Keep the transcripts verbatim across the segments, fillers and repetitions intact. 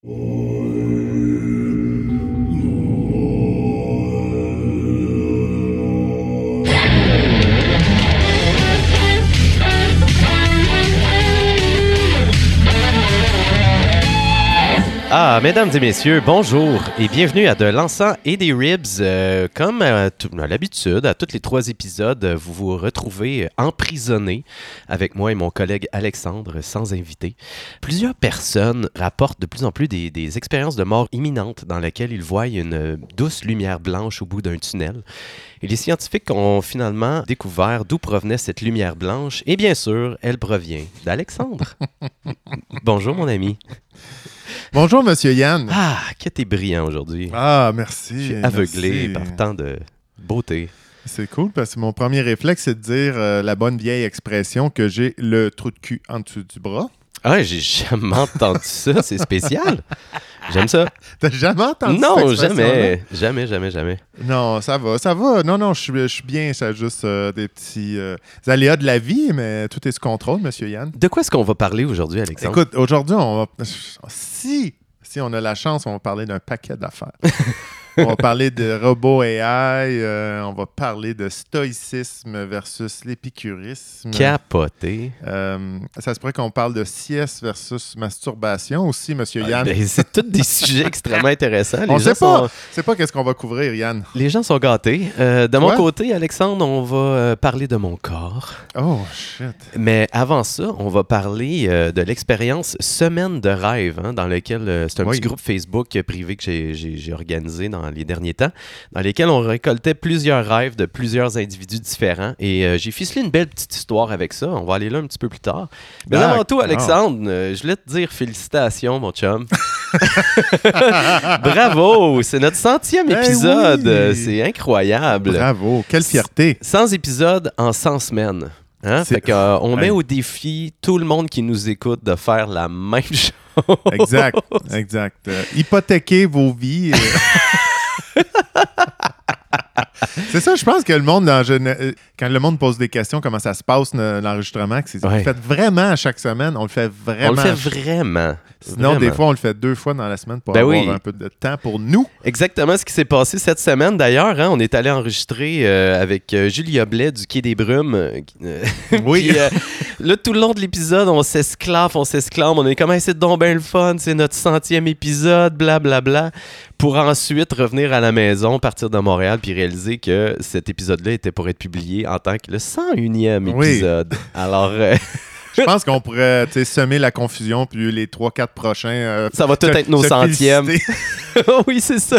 Ah, mesdames et messieurs, bonjour et bienvenue à De l'encens et des ribs. Euh, comme à, tout, à l'habitude, à tous les trois épisodes, vous vous retrouvez emprisonnés avec moi et mon collègue Alexandre, sans invité. Plusieurs personnes rapportent de plus en plus des, des expériences de mort imminente dans lesquelles ils voient une douce lumière blanche au bout d'un tunnel. Et les scientifiques ont finalement découvert d'où provenait cette lumière blanche. Et bien sûr, elle provient d'Alexandre. Bonjour, mon ami. Bonjour, Monsieur Yann. Ah, que t'es brillant aujourd'hui. Ah, merci. Je suis aveuglé merci. par tant de beauté. C'est cool parce que mon premier réflexe, c'est de dire euh, la bonne vieille expression que j'ai le trou de cul en dessous du bras. Ah, j'ai jamais entendu ça. C'est spécial. J'aime ça. T'as jamais entendu non, cette expression-là? jamais. Jamais, jamais, jamais. Non, ça va, ça va. Non, non, je suis, je suis bien. C'est juste euh, des petits euh, aléas de la vie, mais tout est sous contrôle, Monsieur Yann. De quoi est-ce qu'on va parler aujourd'hui, Alexandre? Écoute, aujourd'hui, on va... Si, si on a la chance, on va parler d'un paquet d'affaires. On va parler de robots A I, euh, on va parler de stoïcisme versus l'épicurisme. Capoté. Euh, ça se pourrait qu'on parle de sieste versus masturbation aussi, Monsieur Yann. Ben, c'est tous des sujets extrêmement intéressants. Les on gens sait pas, sont... sait pas qu'est-ce qu'on va couvrir, Yann. Les gens sont gâtés. Euh, de Toi? mon côté, Alexandre, on va euh, parler de mon corps. Oh, shit. Mais avant ça, on va parler euh, de l'expérience Semaine de rêve, hein, dans lequel euh, c'est un Oui. petit groupe Facebook privé que j'ai, j'ai, j'ai organisé dans les derniers temps, dans lesquels on récoltait plusieurs rêves de plusieurs individus différents. Et euh, j'ai ficelé une belle petite histoire avec ça. On va aller là un petit peu plus tard. Mais Ah, avant tout, ah. Alexandre, euh, je voulais te dire félicitations, mon chum. Bravo! C'est notre centième Eh épisode. oui. C'est incroyable. Bravo, quelle fierté. cent épisodes en cent semaines. Hein? C'est- Fait que, euh, on Ouais. met au défi tout le monde qui nous écoute de faire la même chose. Exact, exact. Euh, hypothéquer vos vies. euh. C'est ça, je pense que le monde, dans, gén- quand le monde pose des questions, comment ça se passe le- l'enregistrement, que c'est Ouais. fait vraiment à chaque semaine, on le fait vraiment. On le fait à chaque- vraiment. Sinon, Vraiment. des fois, on le fait deux fois dans la semaine pour Ben avoir oui. un peu de temps pour nous. Exactement ce qui s'est passé cette semaine. D'ailleurs, hein, on est allé enregistrer euh, avec euh, Julia Blais du Quai des Brumes. Euh, Oui. Puis, euh, là, tout le long de l'épisode, on s'esclave, on s'esclame. On est comme, hey, c'est donc bien le fun, c'est notre centième épisode, blablabla. Bla, bla. Pour ensuite revenir à la maison, partir de Montréal, puis réaliser que cet épisode-là était pour être publié en tant que le cent unième Oui. épisode. Alors, euh, Je pense qu'on pourrait tu sais, semer la confusion, puis les trois quatre prochains. euh, ça va tout se- être nos se centièmes. féliciter. Oui, c'est ça.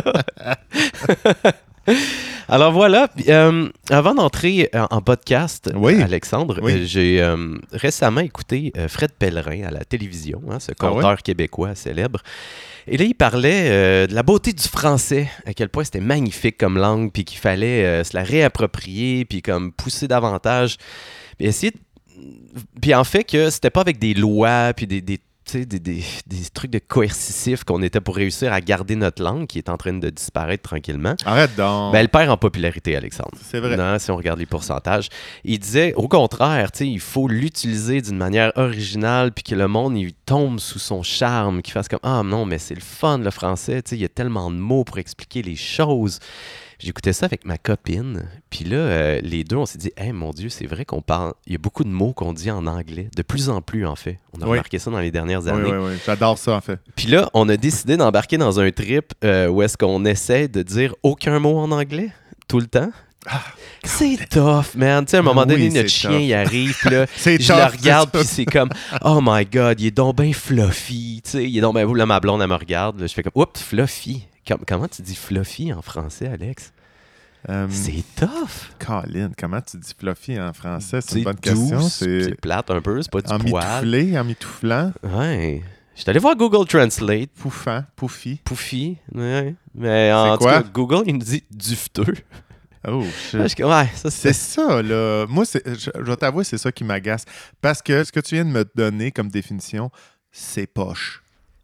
Alors voilà, puis, euh, avant d'entrer en, en podcast, Oui. Alexandre, Oui. euh, j'ai euh, récemment écouté euh, Fred Pellerin à la télévision, hein, ce Ah ouais? conteur québécois célèbre. Et là, il parlait euh, de la beauté du français, à quel point c'était magnifique comme langue, puis qu'il fallait euh, se la réapproprier, puis comme pousser davantage, puis essayer de... Puis en fait que c'était pas avec des lois, puis des... des tu sais, des, des, des trucs de coercitifs qu'on était pour réussir à garder notre langue qui est en train de disparaître tranquillement. Arrête donc. Ben, elle perd en popularité, Alexandre. C'est vrai. Non, si on regarde les pourcentages. Il disait, au contraire, tu sais, il faut l'utiliser d'une manière originale puis que le monde, il tombe sous son charme, qu'il fasse comme « Ah non, mais c'est le fun, le français. Tu sais, il y a tellement de mots pour expliquer les choses. » J'écoutais ça avec ma copine, puis là, euh, les deux, on s'est dit « Hey, mon Dieu, c'est vrai qu'on parle... Il y a beaucoup de mots qu'on dit en anglais, de plus en plus, en fait. On a Oui. remarqué ça dans les dernières Oui, années. oui, oui. J'adore ça, en fait. Puis là, on a décidé d'embarquer dans un trip euh, où est-ce qu'on essaie de dire aucun mot en anglais tout le temps. Ah, c'est tough, man. Tu sais, à un moment Oui, donné, c'est notre chien, tough. il arrive, puis là, C'est je tough, le regarde, c'est puis c'est comme, oh my God, il est donc bien fluffy. Tu sais, il est donc bien... Là, ma blonde, elle me regarde. Là, je fais comme, oups, fluffy. Com- comment tu dis fluffy en français, Alex? Euh, C'est tough. Colin, comment tu dis fluffy en français? C'est C'est une bonne doux, question. c'est C'est plate un peu, c'est pas du poil. emmitouflé, emmitouflant, Ouais. Je suis allé voir Google Translate. pouffant, pouffi. Pouffi. Ouais. Mais en tout quoi? cas, Google, il nous dit dufteux. Oh, Là, shit. je suis comme, ouais, ça C'est c'est. ça, là. Moi, c'est, je, je vais t'avouer, c'est ça qui m'agace. Parce que ce que tu viens de me donner comme définition, c'est poche.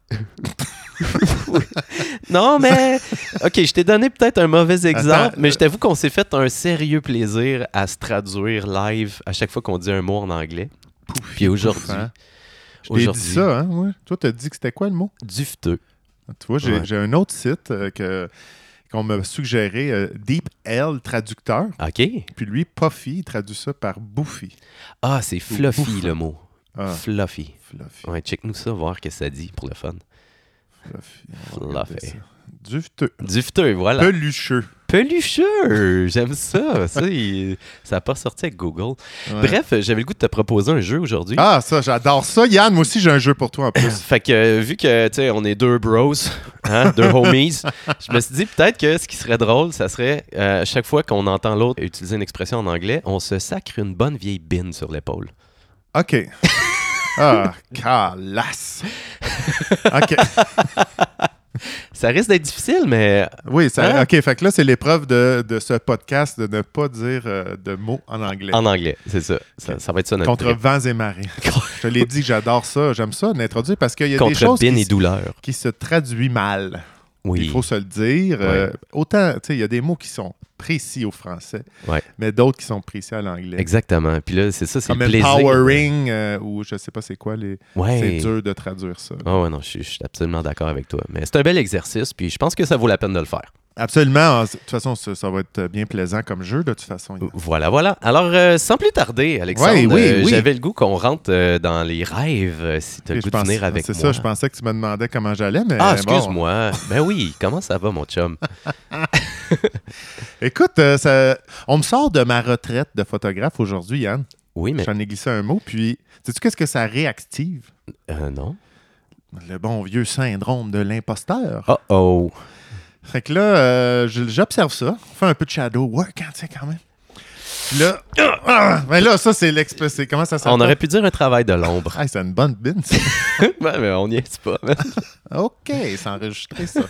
Non, mais. OK, je t'ai donné peut-être un mauvais exemple, Attends, mais euh, je t'avoue qu'on s'est fait un sérieux plaisir à se traduire live à chaque fois qu'on dit un mot en anglais. Pouffi, Puis aujourd'hui, pouffant. Je t'ai dit aujourd'hui, ça, hein? Ouais. Toi, t'as dit que c'était quoi le mot? dufteux. Tu vois, j'ai, Ouais. j'ai un autre site euh, que, qu'on m'a suggéré, euh, DeepL Traducteur. OK. Puis lui, Puffy, il traduit ça par Bouffi. Ah, c'est fluffy, bouffon. le mot. Ah, Fluffy. Fluffy. Ouais, check-nous ça, voir ce que ça dit pour le fun. Fluffy. On va regarder Fluffy. ça. Duveteux. Duveteux, voilà. Pelucheux. Pelucheux! J'aime ça. Ça, il- ça n'a pas sorti avec Google. Ouais. Bref, j'avais le goût de te proposer un jeu aujourd'hui. Ah, ça, j'adore ça. Yann, moi aussi, j'ai un jeu pour toi en plus. Fait que, euh, vu que, tu sais, on est deux bros, hein, deux homies, je me suis dit peut-être que ce qui serait drôle, ça serait, euh, chaque fois qu'on entend l'autre utiliser une expression en anglais, on se sacre une bonne vieille bine sur l'épaule. OK. Ah, calasse. OK. Ça risque d'être difficile, mais... Oui, ça, Hein? OK. Fait que là, c'est l'épreuve de, de ce podcast de ne pas dire euh, de mots en anglais. En anglais, c'est ça. Ça, ça va être ça notre Contre trip. vents et marées. Je te l'ai dit que j'adore ça. J'aime ça, d'introduire, parce qu'il y a des Contre choses bine qui, et douleur. qui se traduisent mal. Oui. Il faut se le dire. Euh, autant, tu sais, il y a des mots qui sont précis au français, Ouais. mais d'autres qui sont précis à l'anglais. Exactement. Puis là, c'est ça, c'est Comme le plaisir. empowering, euh, ou je sais pas c'est quoi, les... Ouais. c'est dur de traduire ça. Ah ouais, non, je suis, je suis absolument d'accord avec toi. Mais c'est un bel exercice, puis je pense que ça vaut la peine de le faire. Absolument. De toute façon, ça, ça va être bien plaisant comme jeu, de toute façon. Voilà, voilà. Alors, euh, sans plus tarder, Alexandre, Oui, oui, euh, oui. j'avais le goût qu'on rentre euh, dans les rêves, euh, si tu as Et le je goût de pense- venir avec C'est moi. ça, je pensais que tu me demandais comment j'allais, mais Ah, bon. excuse-moi. Ben oui, comment ça va, mon chum? Écoute, euh, ça- on me sort de ma retraite de photographe aujourd'hui, Yann. Oui, mais... J'en ai glissé un mot, puis sais-tu qu'est-ce que ça réactive? Euh, non. Le bon vieux syndrome de l'imposteur. Oh-oh. Fait que là, euh, je- j'observe ça. On fait un peu de shadow work, hein, tu sais, quand même. Puis là, ah, ben là, ça, c'est l'express. c'est- Comment ça s'appelle? On aurait pu dire un travail de l'ombre. Ah, c'est une bonne bine, ça. Ouais, mais on n'y est pas. man. OK, c'est enregistré, ça.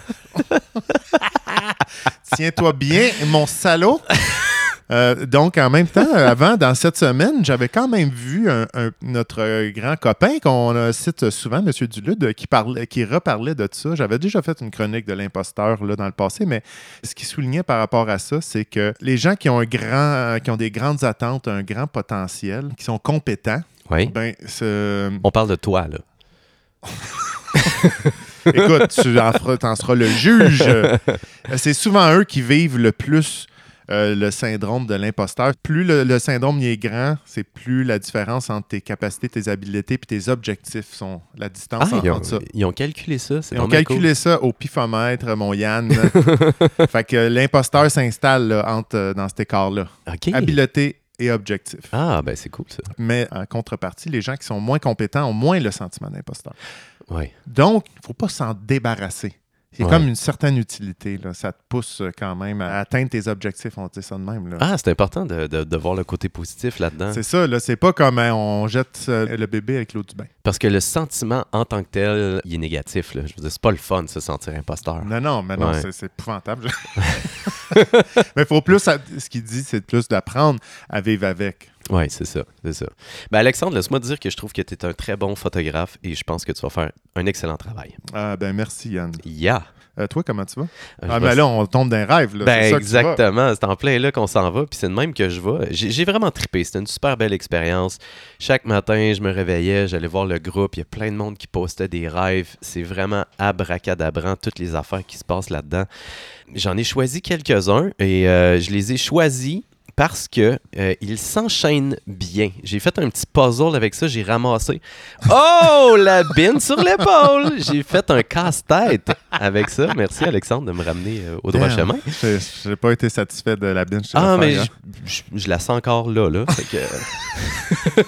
Tiens-toi bien, mon salaud. Euh, donc, en même temps, avant, dans cette semaine, j'avais quand même vu un- un- notre grand copain qu'on euh, cite souvent, M. Dulude, qui, parlait, qui reparlait de ça. J'avais déjà fait une chronique de l'imposteur là, dans le passé, mais ce qui soulignait par rapport à ça, c'est que les gens qui ont, un grand, qui ont des grandes attentes, un grand potentiel, qui sont compétents, Oui. ben, ce- On parle de toi, là. écoute, tu en, feras- t'en seras le juge. Euh, C'est souvent eux qui vivent le plus euh, le syndrome de l'imposteur. Plus le, le syndrome y est grand, c'est plus la différence entre tes capacités, tes habiletés et tes objectifs sont la distance Ah, entre ils ont, ça. ils ont calculé ça. C'est Ils ont vraiment calculé cool. ça au pifomètre, mon Yann. Fait que l'imposteur s'installe là, entre, euh, dans cet écart-là. OK. Habileté et objectif. Ah, ben c'est cool, ça. Mais en contrepartie, les gens qui sont moins compétents ont moins le sentiment d'imposteur. Oui. Donc, il ne faut pas s'en débarrasser. C'est Ouais. comme une certaine utilité. Là. Ça te pousse euh, quand même à atteindre tes objectifs, on dit ça de même. Là. Ah, c'est important de, de- de voir le côté positif là-dedans. C'est ça, là. C'est pas comme hein, on jette euh, le bébé avec l'eau du bain. Parce que le sentiment en tant que tel, il est négatif. Là. Je veux dire, c'est pas le fun de se sentir imposteur. Non, non, mais non, Ouais. c'est, c'est épouvantable. Mais il faut plus, à- ce qu'il dit, c'est plus d'apprendre à vivre avec. Oui, c'est ça, c'est ça. Ben Alexandre, laisse-moi te dire que je trouve que tu es un très bon photographe et je pense que tu vas faire un excellent travail. Ah, ben merci, Yann. Yeah! Euh, toi, comment tu vas? Euh, Ah, je mais vais- là, on tombe d'un rêve. Là. Ben c'est ça que tu vas. exactement, c'est en plein là qu'on s'en va, puis c'est de même que je vais. J'ai j'ai vraiment trippé, c'était une super belle expérience. Chaque matin, je me réveillais, j'allais voir le groupe, il y a plein de monde qui postait des rêves. C'est vraiment abracadabrant, toutes les affaires qui se passent là-dedans. J'en ai choisi quelques-uns et euh, je les ai choisis parce que euh, ils s'enchaînent bien. J'ai fait un petit puzzle avec ça, j'ai ramassé. Oh, la bine sur l'épaule! J'ai fait un casse-tête avec ça. Merci Alexandre de me ramener euh, au droit Damn. chemin. J'ai, j'ai pas été satisfait de la binge. Ah, mais je, je- je la sens encore là, là. Fait que...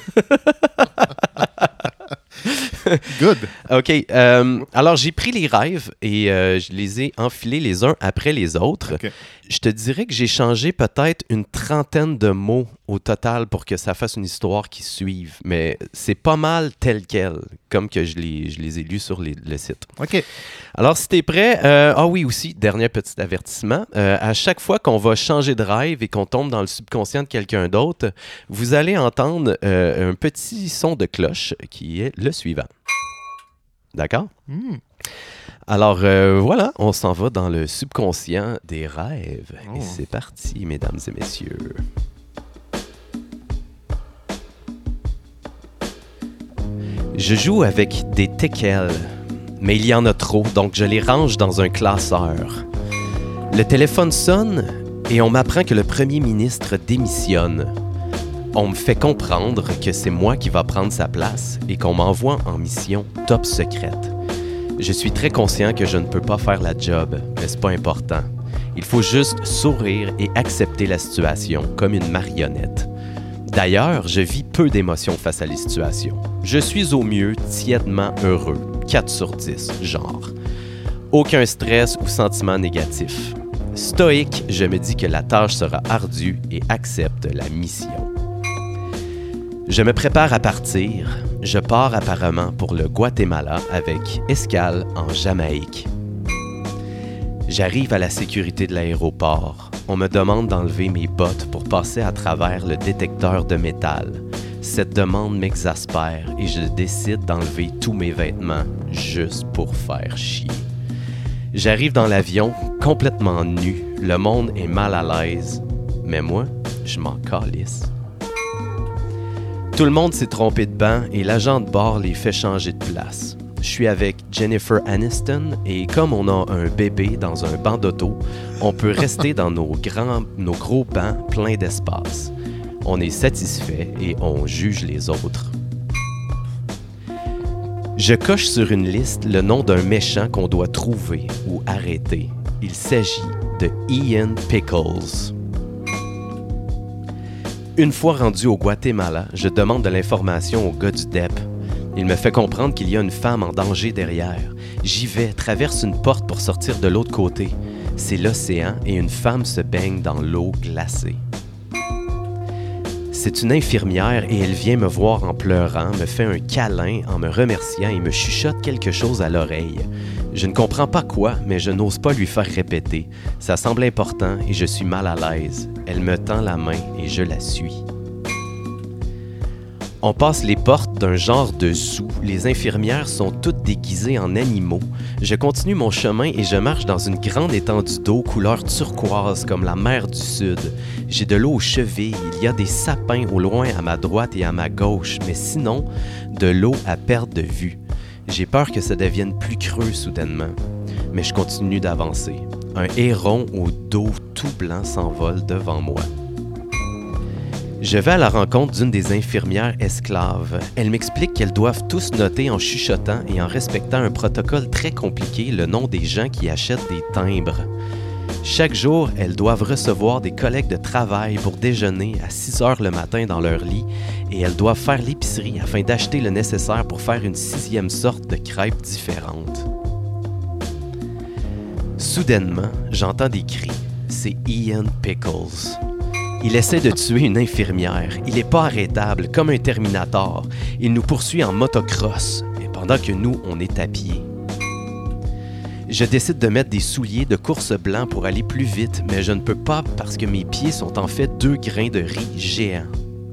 Good. OK. euh, alors, j'ai pris les rêves et euh, je les ai enfilés les uns après les autres. OK. Je te dirais que j'ai changé peut-être une trentaine de mots au total pour que ça fasse une histoire qui suive. Mais c'est pas mal tel quel, comme que je les, je les ai lus sur les- le site. OK. Alors, si t'es prêt, euh, ah oui, aussi, dernier petit avertissement. Euh, à chaque fois qu'on va changer de rêve et qu'on tombe dans le subconscient de quelqu'un d'autre, vous allez entendre euh, un petit son de cloche qui est le suivant. D'accord? Hmm. Alors euh, voilà, on s'en va dans le subconscient des rêves. Oh. Et c'est parti, mesdames et messieurs. Je joue avec des teckels, mais il y en a trop, donc je les range dans un classeur. Le téléphone sonne et on m'apprend que le premier ministre démissionne. On me fait comprendre que c'est moi qui va prendre sa place et qu'on m'envoie en mission top secrète. Je suis très conscient que je ne peux pas faire la job, mais c'est pas important. Il faut juste sourire et accepter la situation comme une marionnette. D'ailleurs, je vis peu d'émotions face à les situations. Je suis au mieux tièdement heureux, quatre sur dix, genre. Aucun stress ou sentiment négatif. Stoïque, je me dis que la tâche sera ardue et accepte la mission. Je me prépare à partir. Je pars apparemment pour le Guatemala avec escale en Jamaïque. J'arrive à la sécurité de l'aéroport. On me demande d'enlever mes bottes pour passer à travers le détecteur de métal. Cette demande m'exaspère et je décide d'enlever tous mes vêtements juste pour faire chier. J'arrive dans l'avion complètement nu. Le monde est mal à l'aise. Mais moi, je m'en calisse. Tout le monde s'est trompé de banc et l'agent de bord les fait changer de place. Je suis avec Jennifer Aniston et comme on a un bébé dans un banc d'auto, on peut rester dans nos, grands, nos gros bancs pleins d'espace. On est satisfait et on juge les autres. Je coche sur une liste le nom d'un méchant qu'on doit trouver ou arrêter. Il s'agit de Ian Pickles. Une fois rendu au Guatemala, je demande de l'information au gars du D E P. Il me fait comprendre qu'il y a une femme en danger derrière. J'y vais, traverse une porte pour sortir de l'autre côté. C'est l'océan et une femme se baigne dans l'eau glacée. C'est une infirmière et elle vient me voir en pleurant, me fait un câlin en me remerciant et me chuchote quelque chose à l'oreille. Je ne comprends pas quoi, mais je n'ose pas lui faire répéter. Ça semble important et je suis mal à l'aise. Elle me tend la main et je la suis. On passe les portes d'un genre de zoo. Les infirmières sont toutes déguisées en animaux. Je continue mon chemin et je marche dans une grande étendue d'eau couleur turquoise comme la mer du Sud. J'ai de l'eau aux chevilles. Il y a des sapins au loin à ma droite et à ma gauche, mais sinon, de l'eau à perte de vue. J'ai peur que ça devienne plus creux soudainement, mais je continue d'avancer. Un héron au dos tout blanc s'envole devant moi. Je vais à la rencontre d'une des infirmières esclaves. Elle m'explique qu'elles doivent tous noter en chuchotant et en respectant un protocole très compliqué le nom des gens qui achètent des timbres. Chaque jour, elles doivent recevoir des collègues de travail pour déjeuner à six heures le matin dans leur lit et elles doivent faire l'épicerie afin d'acheter le nécessaire pour faire une sixième sorte de crêpe différente. Soudainement, j'entends des cris. C'est Ian Pickles. Il essaie de tuer une infirmière. Il n'est pas arrêtable, comme un Terminator. Il nous poursuit en motocross, et pendant que nous, on est à pied. Je décide de mettre des souliers de course blancs pour aller plus vite, mais je ne peux pas parce que mes pieds sont en fait deux grains de riz géants.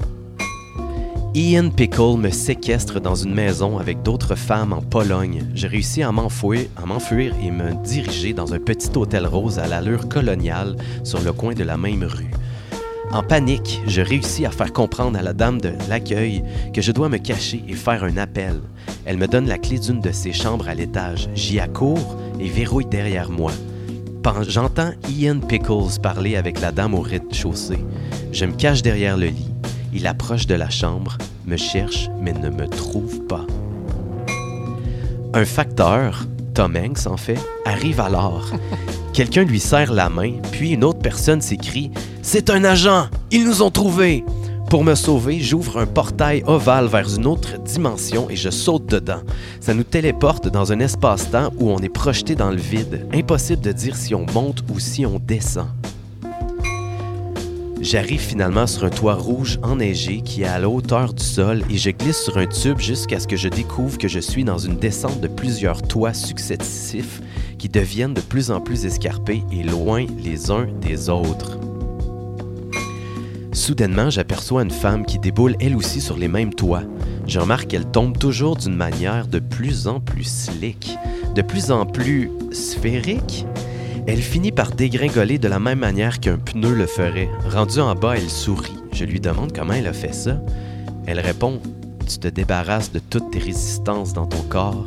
Ian Pickle me séquestre dans une maison avec d'autres femmes en Pologne. J'ai réussi à m'enfuir, à m'enfuir et me diriger dans un petit hôtel rose à l'allure coloniale sur le coin de la même rue. En panique, je réussis à faire comprendre à la dame de l'accueil que je dois me cacher et faire un appel. Elle me donne la clé d'une de ses chambres à l'étage. J'y accours et verrouille derrière moi. J'entends Ian Pickles parler avec la dame au rez-de-chaussée. Je me cache derrière le lit. Il approche de la chambre, me cherche, mais ne me trouve pas. Un facteur, Tom Hanks en fait, arrive alors. Quelqu'un lui serre la main, puis une autre personne s'écrie « C'est un agent! Ils nous ont trouvés! » Pour me sauver, j'ouvre un portail ovale vers une autre dimension et je saute dedans. Ça nous téléporte dans un espace-temps où on est projeté dans le vide. Impossible de dire si on monte ou si on descend. J'arrive finalement sur un toit rouge enneigé qui est à la hauteur du sol et je glisse sur un tube jusqu'à ce que je découvre que je suis dans une descente de plusieurs toits successifs qui deviennent de plus en plus escarpés et loin les uns des autres. Soudainement, j'aperçois une femme qui déboule elle aussi sur les mêmes toits. Je remarque qu'elle tombe toujours d'une manière de plus en plus slick, de plus en plus sphérique. Elle finit par dégringoler de la même manière qu'un pneu le ferait. Rendue en bas, elle sourit. Je lui demande comment elle a fait ça. Elle répond « Tu te débarrasses de toutes tes résistances dans ton corps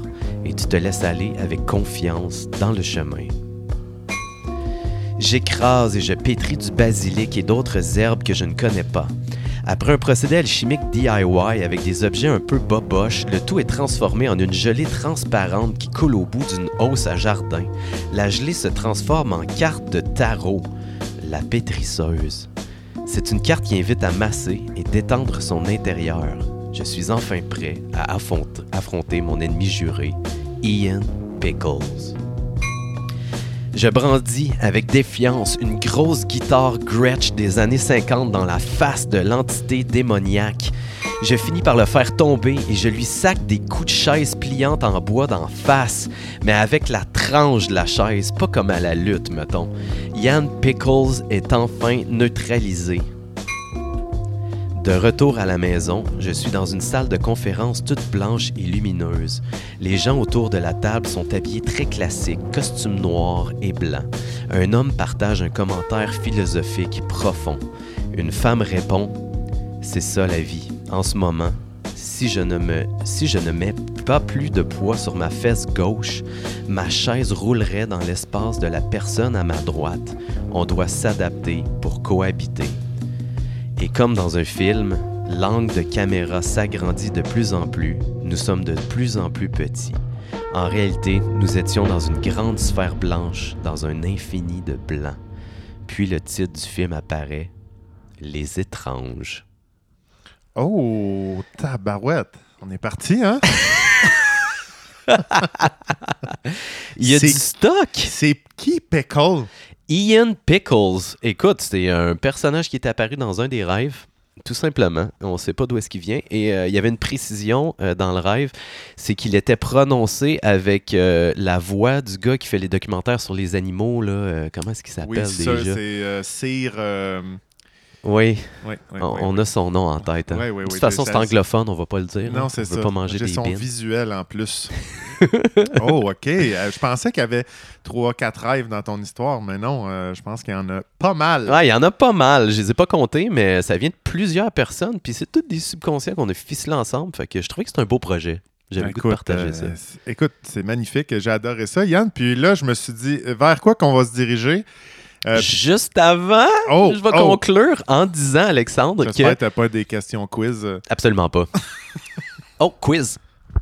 et tu te laisses aller avec confiance dans le chemin. J'écrase et je pétris du basilic et d'autres herbes que je ne connais pas. Après un procédé alchimique D I Y avec des objets un peu boboches, le tout est transformé en une gelée transparente qui coule au bout d'une hausse à jardin. La gelée se transforme en carte de tarot, la pétrisseuse. C'est une carte qui invite à masser et détendre son intérieur. Je suis enfin prêt à affronter, affronter mon ennemi juré, Ian Pickles. Je brandis avec défiance une grosse guitare Gretsch des années cinquante dans la face de l'entité démoniaque. Je finis par le faire tomber et je lui sac des coups de chaise pliante en bois d'en face, mais avec la tranche de la chaise, pas comme à la lutte, mettons. Ian Pickles est enfin neutralisé. De retour à la maison, je suis dans une salle de conférence toute blanche et lumineuse. Les gens autour de la table sont habillés très classiques, costumes noirs et blancs. Un homme partage un commentaire philosophique profond. Une femme répond « C'est ça la vie. En ce moment, si je ne me, si je ne mets pas plus de poids sur ma fesse gauche, ma chaise roulerait dans l'espace de la personne à ma droite. On doit s'adapter pour cohabiter. » Et comme dans un film, l'angle de caméra s'agrandit de plus en plus, nous sommes de plus en plus petits. En réalité, nous étions dans une grande sphère blanche, dans un infini de blanc. Puis le titre du film apparaît, « Les étranges ». Oh, tabarouette! On est parti, hein? Il y a C'est- du stock! C'est qui, Pickle? Ian Pickles. Écoute, c'est un personnage qui est apparu dans un des rêves, tout simplement. On ne sait pas d'où est-ce qu'il vient. Et euh, il y avait une précision euh, dans le rêve, c'est qu'il était prononcé avec euh, la voix du gars qui fait les documentaires sur les animaux. Là, euh, comment est-ce qu'il Oui, s'appelle ça, déjà? c'est euh, Sir... euh, Oui, Oui, oui, on, oui, on oui. a son nom en tête. Hein. Oui, oui, de toute oui, façon, j'ai- c'est anglophone, on va pas le dire. Non, hein. c'est on ça. veut pas manger J'ai des son bines. visuel en plus. Oh, OK. Euh, je pensais qu'il y avait trois, quatre rêves dans ton histoire, mais non, euh, je pense qu'il y en a pas mal. Ouais, il y en a pas mal. Je les ai pas comptés, mais ça vient de plusieurs personnes. Puis c'est tous des subconscients qu'on a ficelés ensemble. Fait que je trouvais que c'est un beau projet. J'avais le goût de Écoute, partager euh, ça. c'est- écoute, c'est magnifique. J'ai adoré ça, Yann. Puis là, je me suis dit, vers quoi qu'on va se diriger? Euh, Juste avant, oh, je vais oh. conclure en disant, Alexandre, J'espère que... que t'as pas des questions quiz. euh. Absolument pas. Oh, quiz.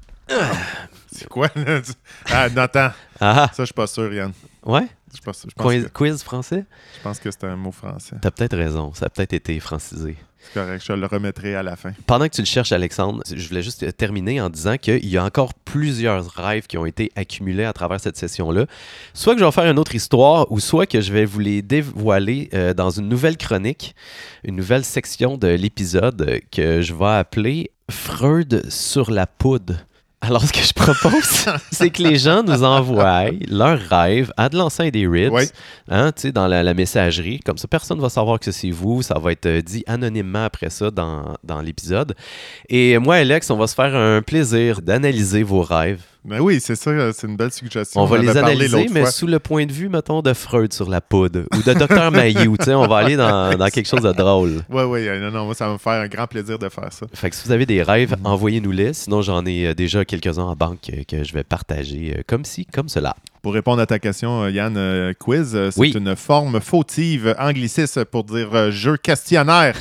C'est quoi? là? Ah, non, attends. Ah, Ça, je suis pas sûr, Yann. ouais? Je suis pas sûr. Je pense, Quiz, que, quiz français? je pense que c'est un mot français. T'as peut-être raison. Ça a peut-être été francisé. C'est correct, je le remettrai à la fin. Pendant que tu le cherches, Alexandre, je voulais juste terminer en disant qu'il y a encore plusieurs rêves qui ont été accumulés à travers cette session-là. Soit que je vais faire une autre histoire, ou soit que je vais vous les dévoiler euh, dans une nouvelle chronique, une nouvelle section de l'épisode euh, que je vais appeler Freud sur la poudre. Alors, ce que je propose, c'est que les gens nous envoient leurs rêves à de l'encens et des ribs, Oui. hein, tu sais, dans la, la messagerie. Comme ça, personne ne va savoir que c'est vous. Ça va être euh, dit anonymement après ça dans, dans l'épisode. Et moi, Alex, on va se faire un plaisir d'analyser vos rêves. Ben oui, c'est ça, c'est une belle suggestion. On va en les avait parlé analyser, l'autre mais fois. sous le point de vue, mettons, de Freud sur la poudre ou de docteur Mayou. Tu sais, on va aller dans, dans quelque chose de drôle. Oui, oui, non, non, moi, ça va me faire un grand plaisir de faire ça. Fait que si vous avez des rêves, Mhm. envoyez-nous-les. Sinon, j'en ai euh, déjà quelques-uns en banque euh, que je vais partager euh, comme ci, comme cela. Pour répondre à ta question, euh, Yann, euh, quiz, euh, c'est Oui. une forme fautive angliciste pour dire euh, jeu questionnaire.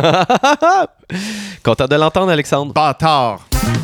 Content de l'entendre, Alexandre. Bâtard.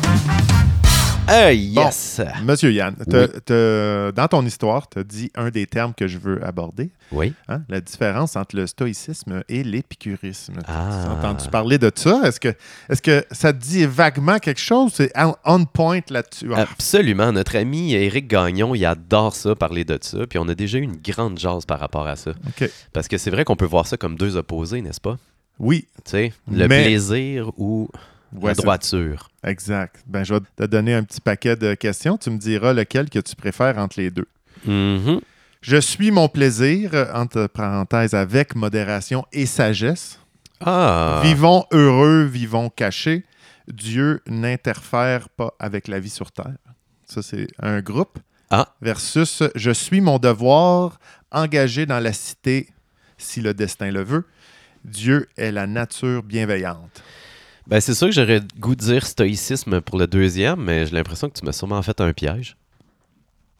Hey, yes! Monsieur Yann, t'as- Oui. t'as- dans ton histoire, tu as dit un des termes que je veux aborder, Oui. hein, la différence entre le stoïcisme et l'épicurisme. Ah. Tu as entendu parler de ça? Est-ce que, est-ce que ça te dit vaguement quelque chose? C'est on, on point là-dessus. Ah, Absolument. Notre ami Éric Gagnon, il adore ça, parler de ça. Puis on a déjà eu une grande jase par rapport à ça. OK. Parce que c'est vrai qu'on peut voir ça comme deux opposés, n'est-ce pas? Oui. Tu sais, le Mais- plaisir ou Ouais, la c'est- droiture. Exact. Ben, je vais te donner un petit paquet de questions. Tu me diras lequel que tu préfères entre les deux. Mhm. Je suis mon plaisir, euh, entre parenthèses, avec modération et sagesse. Ah! Vivons heureux, vivons cachés. Dieu n'interfère pas avec la vie sur Terre. Ça, c'est un groupe. Ah. Versus je suis mon devoir, engagé dans la cité, si le destin le veut. Dieu est la nature bienveillante. Ben, c'est sûr que j'aurais le goût de dire stoïcisme pour le deuxième, mais j'ai l'impression que tu m'as sûrement fait un piège.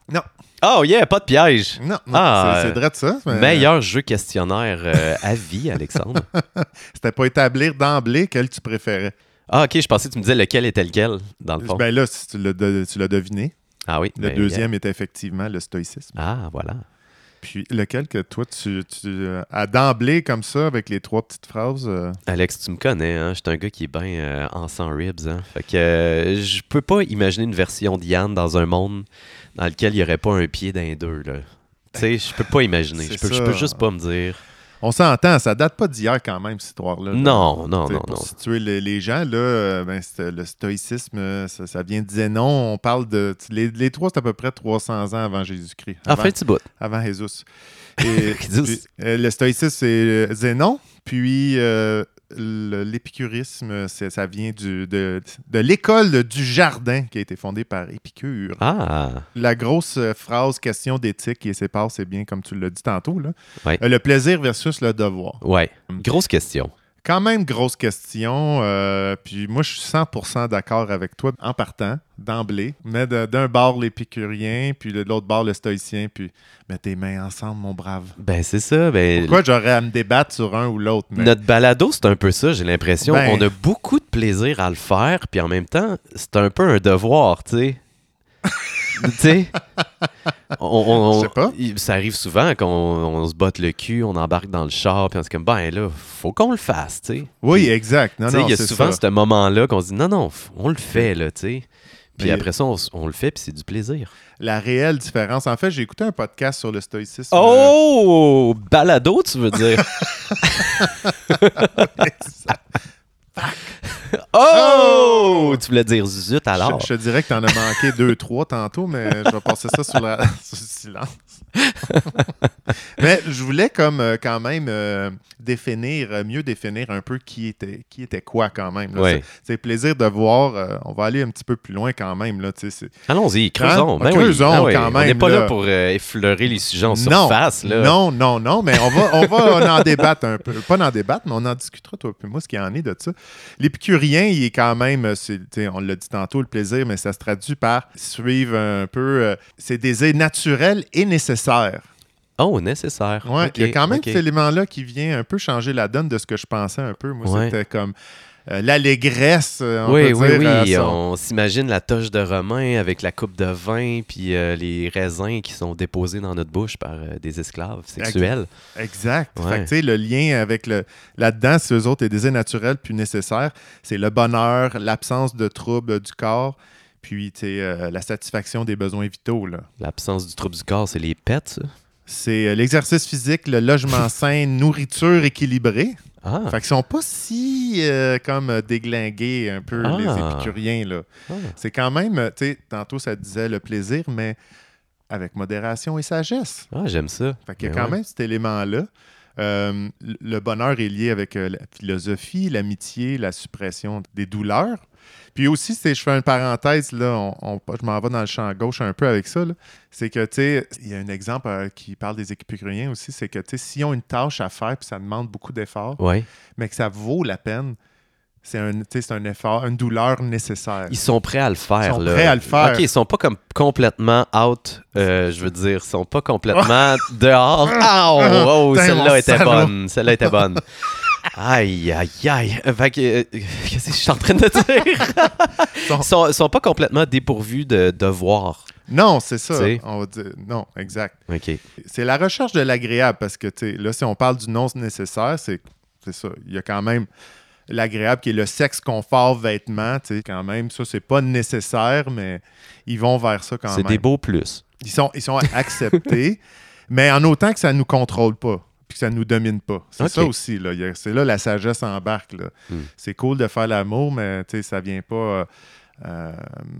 Non. Oh yeah, pas de piège. Non, non Ah, c'est, c'est drôle ça. Mais... Meilleur jeu questionnaire euh, à vie, Alexandre. C'était pas établir d'emblée quel tu préférais. Ah, ok, je pensais que tu me disais lequel était lequel, dans le fond. Ben là, si tu l'as, de- tu l'as deviné. Ah oui. Le ben, deuxième yeah. était effectivement le stoïcisme. Ah, voilà. Puis lequel que toi, tu, tu euh, à d'emblée comme ça, avec les trois petites phrases... euh, Alex, tu me connais, hein? Je suis un gars qui est bien euh, en sang ribs, hein? Fait que euh, je peux pas imaginer une version d'Yann dans un monde dans lequel il n'y aurait pas un pied d'un deux, là. Tu sais, je peux pas imaginer. C'est Je peux, ça. je peux juste pas me dire. On s'entend, ça date pas d'hier quand même, cette histoire-là. là. Non, non, T'sais, non, pour non. situer les, les gens, là, euh, ben, c'est- le stoïcisme, euh, ça, ça vient de Zénon. On parle de... Les, les trois, c'est à peu près trois cents ans avant Jésus-Christ. En Avant, fait, tu bout. avant Jésus. Et, Jesus. puis, euh, le stoïcisme, c'est euh, Zénon. Puis euh, le- l'épicurisme, c'est- ça vient du, de, de l'école du jardin qui a été fondée par Épicure. Ah, La grosse euh, phrase question d'éthique qui sépare, c'est bien comme tu l'as dit tantôt. Là. Ouais. Euh, le plaisir versus le devoir. ouais. Grosse question. Quand même, grosse question. euh, puis moi, je suis cent pour cent d'accord avec toi en partant, d'emblée. Mais de- d'un bord, l'épicurien, puis de l'autre bord, le stoïcien, puis mets tes mains ensemble, mon brave. Ben, c'est ça. Ben, Pourquoi j'aurais à me débattre sur un ou l'autre? Mais... Notre balado, c'est un peu ça, j'ai l'impression. Ben- On a beaucoup de plaisir à le faire, puis en même temps, c'est un peu un devoir, tu sais. Tu sais, on, on- Je sais pas. il- ça arrive souvent qu'on on se botte le cul, on embarque dans le char, puis on se dit comme, ben là, faut qu'on le fasse, tu sais. Oui, Puis, exact. Non, tu sais, non, il y a c'est souvent ça. ce moment-là qu'on se dit, non, non, f- on le fait, là, tu sais. Puis Mais- après ça, on, s- on le fait, puis c'est du plaisir. La réelle différence. En fait, j'ai écouté un podcast sur le stoïcisme. Oh! Balado, tu veux dire? Exact. Oh! Tu voulais dire zut alors? Je, je te dirais que t'en as manqué deux, trois tantôt, mais je vais passer ça sur, la, sur le silence. Mais je voulais comme euh, quand même euh, définir, euh, mieux définir un peu qui était, qui était quoi quand même. là. Ouais. C'est, c'est plaisir de voir. euh, on va aller un petit peu plus loin quand même. Là, tu sais, c'est- Allons-y, creusons. Hein? Ben Creusons oui. Ah oui. quand On même, n'est pas là, là. pour euh, effleurer les sujets en non, surface. Là. non, non, non, mais on va, on va en débattre un peu. Pas en débattre, mais on en discutera, toi et moi, ce qu'il y en est de ça. L'épicurien, il est quand même, c'est, tu sais, on l'a dit tantôt, le plaisir, mais ça se traduit par suivre un peu euh, ses désirs naturels et nécessaires. Oh, nécessaire. Ouais, Ok, il y a quand même ok. cet élément-là qui vient un peu changer la donne de ce que je pensais un peu. Moi, Ouais. c'était comme euh, l'allégresse, euh, on Oui, peut oui, dire. oui. à son- On s'imagine la toche de Romain avec la coupe de vin puis euh, les raisins qui sont déposés dans notre bouche par euh, des esclaves sexuels. Exact. Ouais. Fait que, tu sais, le lien avec le là-dedans, c'est eux autres, les désirs naturels puis nécessaires, c'est le bonheur, l'absence de troubles du corps, puis tu sais, euh, la satisfaction des besoins vitaux. Là. L'absence du trouble du corps, c'est les pets, ça? C'est euh, l'exercice physique, le logement sain, nourriture équilibrée. Ah, Fait qu'ils sont pas si euh, comme euh, déglingués un peu, Ah. les épicuriens. Là. ah. C'est quand même, euh, tu sais, tantôt ça disait le plaisir, mais avec modération et sagesse. Ah, j'aime ça. Fait qu'il y a Ben quand ouais. même cet élément-là. Euh, le bonheur est lié avec euh, la philosophie, l'amitié, la suppression des douleurs. Puis aussi, c'est, je fais une parenthèse, là, on, on- je m'en vais dans le champ gauche un peu avec ça. là. C'est que, tu sais, il y a un exemple euh, qui parle des épicuriens aussi, c'est que, tu sais, s'ils ont une tâche à faire puis ça demande beaucoup d'efforts, Ouais. mais que ça vaut la peine, c'est un, tu sais, c'est un effort, une douleur nécessaire. Ils sont prêts à le faire. Ils sont là. prêts à le faire. OK, ils sont pas comme complètement out, euh, je veux dire, ils sont pas complètement dehors. Ah, oh, oh, Putain, celle-là mon était salaud. bonne. Celle-là était bonne. Aïe, aïe, aïe. Fait que, euh, qu'est-ce que je suis en train de dire? Sont- Ils sont, ils sont pas complètement dépourvus de devoirs. Non, c'est ça. Tu sais. On va dire, non, exact. OK. C'est la recherche de l'agréable parce que, tu sais, là, si on parle du non nécessaire, c'est, c'est ça. Il y a quand même l'agréable qui est le sexe, confort, vêtements. Tu sais, quand même, ça, c'est pas nécessaire, mais ils vont vers ça quand C'est même. des beaux plus. Ils sont, ils sont acceptés, mais en autant que ça nous contrôle pas puis que ça nous domine pas. C'est Ok. ça aussi. Là. Il y a- c'est là la sagesse embarque. Là. Hmm. C'est cool de faire l'amour, mais tu sais, ça vient pas... euh, euh,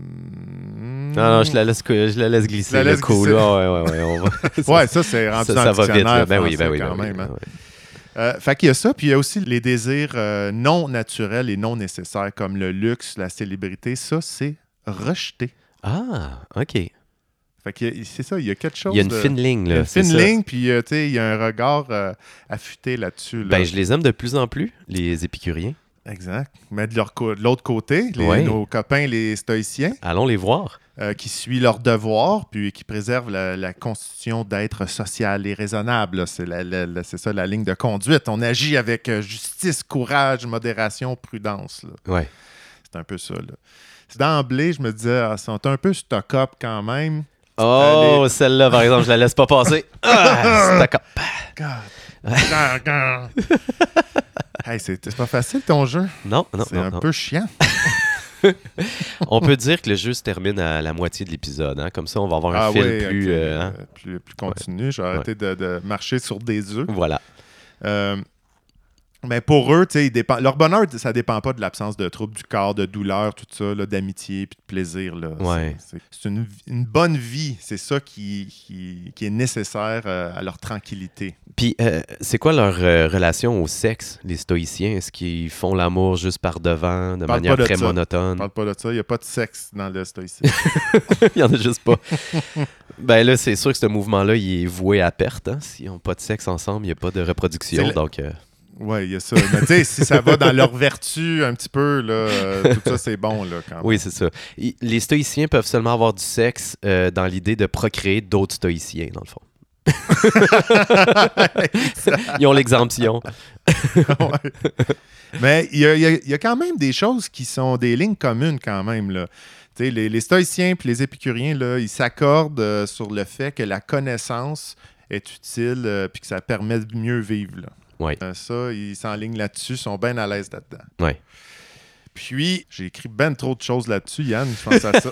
Non, non, je la laisse, je la laisse glisser. Je la le laisse coup, glisser. là. Ouais, ouais, ouais. On va... Ouais, ça, c'est rendu ça, dans ça le va vite. dictionnaire Là. Ben oui, ben français oui, quand ben oui, même. hein. ben oui. Euh, fait qu'il y a ça, puis il y a aussi les désirs euh, non naturels et non nécessaires, comme le luxe, la célébrité. Ça, c'est rejeté. Ah, OK. Fait que c'est ça, il y a quelque chose Il y a une de... fine ligne, il y a là. une c'est fine ça. ligne, puis euh, tu sais, il y a un regard euh, affûté là-dessus. là. Ben, je les aime de plus en plus, les épicuriens. Exact. Mais de, leur co- de l'autre côté, les, Ouais. nos copains, les stoïciens, Allons les voir. euh, qui suivent leurs devoirs, puis qui préservent la, la constitution d'être social et raisonnable. là. C'est, la- la- la- c'est ça la ligne de conduite. On agit avec euh, justice, courage, modération, prudence. là. Ouais. C'est un peu ça. Là. C'est d'emblée, je me disais, ah, ils sont un peu stock-up quand même. Oh, Allez. celle-là, par exemple, je la laisse pas passer. Ah, c'est d'accord. God. Hey, c'est, c'est pas facile ton jeu. Non, non, c'est non, un non. peu chiant. On peut dire que le jeu se termine à la moitié de l'épisode. Hein? Comme ça, on va avoir un Ah fil oui, plus, ok, euh, hein? euh, plus, plus continu. Je vais arrêter de, de marcher sur des œufs. Voilà. Euh, mais pour eux, tu sais, ils dépend- leur bonheur, ça dépend pas de l'absence de troubles du corps, de douleur, tout ça, là, d'amitié puis de plaisir. Là. Ouais. C'est, c'est- c'est une, une bonne vie. C'est ça qui, qui, qui est nécessaire euh, à leur tranquillité. Puis, euh, c'est quoi leur euh, relation au sexe, les stoïciens? Est-ce qu'ils font l'amour juste par devant, de Parle manière pas de très ça. On monotone? parle pas de ça. Il n'y a pas de sexe dans le stoïcisme. Il y en a juste pas. Ben là, c'est sûr que ce mouvement-là, il est voué à perte. Hein? S'ils n'ont pas de sexe ensemble, il n'y a pas de reproduction. C'est le- Donc, euh, Oui, il y a ça. Mais tu sais, si ça va dans leur vertu un petit peu, là, euh, tout ça, c'est bon, là, quand même. oui, c'est ça. I- Les stoïciens peuvent seulement avoir du sexe euh, dans l'idée de procréer d'autres stoïciens, dans le fond. Ils ont l'exemption. Ouais. Mais il y a, il y a- il y a quand même des choses qui sont des lignes communes quand même. Là. Tu sais, Les, les stoïciens et les épicuriens, là, ils s'accordent euh, sur le fait que la connaissance est utile et que ça permet de mieux vivre. Là. Ouais. Euh, ça, ils s'enlignent là-dessus, ils sont bien à l'aise là-dedans. Ouais. Puis, j'ai écrit ben trop de choses là-dessus, Yann, je pense à ça.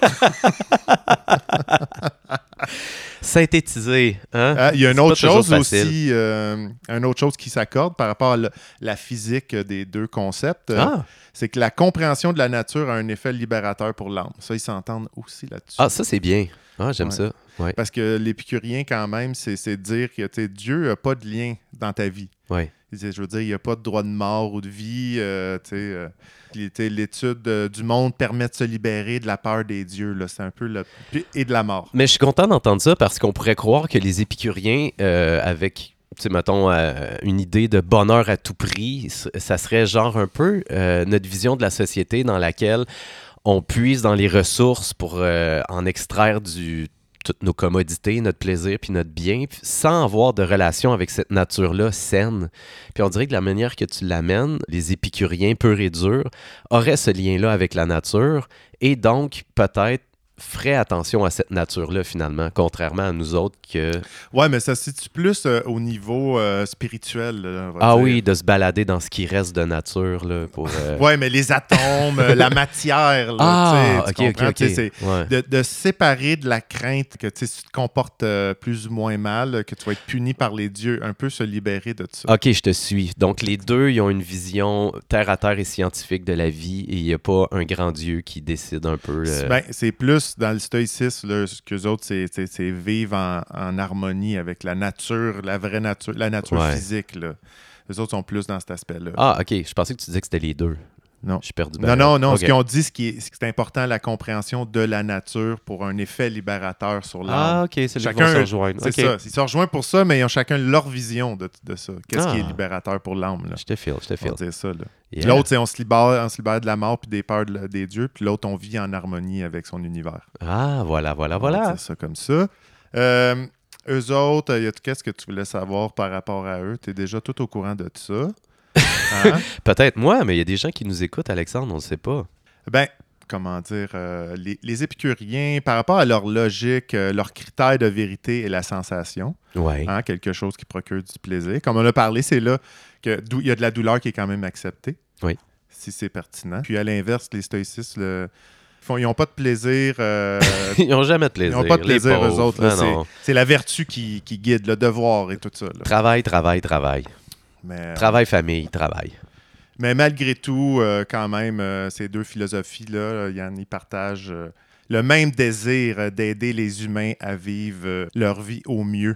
Synthétiser. Hein? Ah, il y a une C'est autre pas toujours chose facile. aussi, euh, une autre chose qui s'accorde par rapport à le- la physique des deux concepts, euh, Ah. c'est que la compréhension de la nature a un effet libérateur pour l'âme. Ça, ils s'entendent aussi là-dessus. ah, ça, c'est bien. Ah, j'aime Ouais. ça. Ouais. Parce que l'épicurien, quand même, c'est, c'est de dire que tu sais, Dieu n'a pas de lien dans ta vie. Ouais. Il dit, je veux dire, il n'y a pas de droit de mort ou de vie. euh, tu sais, euh, il était- l'étude euh, du monde permet de se libérer de la peur des dieux. Là. C'est un peu le... puis- et de la mort. Mais je suis content d'entendre ça parce qu'on pourrait croire que les épicuriens, euh, avec, tu sais, mettons, euh, une idée de bonheur à tout prix, c- ça serait genre un peu euh, notre vision de la société dans laquelle on puise dans les ressources pour euh, en extraire du toutes nos commodités, notre plaisir puis notre bien, puis sans avoir de relation avec cette nature-là saine. Puis on dirait que la manière que tu l'amènes, les épicuriens purs et durs, auraient ce lien-là avec la nature et donc peut-être ferait attention à cette nature-là finalement, contrairement à nous autres que... Ouais, mais ça se situe plus euh, au niveau euh, spirituel. là, on va Ah dire. oui, de se balader dans ce qui reste de nature là, pour... euh, Ouais, mais les atomes, euh, la matière. Là, Ah, tu sais, ok, tu comprends? ok, Tu sais, ok. c'est- Ouais. De, de se séparer de la crainte que tu sais, si tu te comportes euh, plus ou moins mal, que tu vas être puni par les dieux, un peu se libérer de ça. Ok, je te suis. Donc les deux, ils ont une vision terre à terre et scientifique de la vie et il n'y a pas un grand Dieu qui décide un peu... euh, Ben, c'est plus dans le stoïcisme, là, ce qu'eux autres, c'est, c'est, c'est vivre en, en harmonie avec la nature, la vraie nature, la nature Ouais. physique. Là. Eux autres sont plus dans cet aspect-là. Ah, ok. Je pensais que tu disais que c'était les deux. Non. Je suis perdu. Non, non, non. Ok. Ce qu'ils ont dit, ce qui est, ce qui est important, la compréhension de la nature pour un effet libérateur sur l'âme. Ah, ok. C'est Chacun- chacun se rejoindre. C'est Ok. ça. Ils se rejoignent pour ça, mais ils ont chacun leur vision de, de ça. Qu'est-ce qui est Ah. libérateur pour l'âme? Là? Je te file, je te On file. va dire ça. Là. Yeah. L'autre, c'est on se libère, on se libère de la mort puis des peurs de- des dieux, puis l'autre, on vit en harmonie avec son univers. Ah, voilà, voilà, On va voilà. dire ça comme ça. Euh, eux autres, euh, y a- qu'est-ce que tu voulais savoir par rapport à eux? Tu es déjà tout au courant de ça. Hein? Peut-être moi, mais il y a des gens qui nous écoutent, Alexandre, on ne sait pas. Ben, comment dire, euh, les, les épicuriens, par rapport à leur logique, euh, leur critère de vérité est la sensation, Ouais. hein, quelque chose qui procure du plaisir. Comme on a parlé, c'est là qu'il y a de la douleur qui est quand même acceptée, Oui. si c'est pertinent. Puis à l'inverse, les stoïcistes, le- font- ils n'ont pas de plaisir. euh, Ils n'ont jamais de ils plaisir. n'ont pas de les plaisir, eux pauvres. autres. là. Ah, c'est, non. c'est la vertu qui, qui guide, le devoir et tout ça. là. Travail, travail, travail. Mais, euh, Travail, famille, travail. Mais malgré tout, euh, quand même, euh, ces deux philosophies-là, Yann, ils partagent euh, le même désir euh, d'aider les humains à vivre euh, leur vie au mieux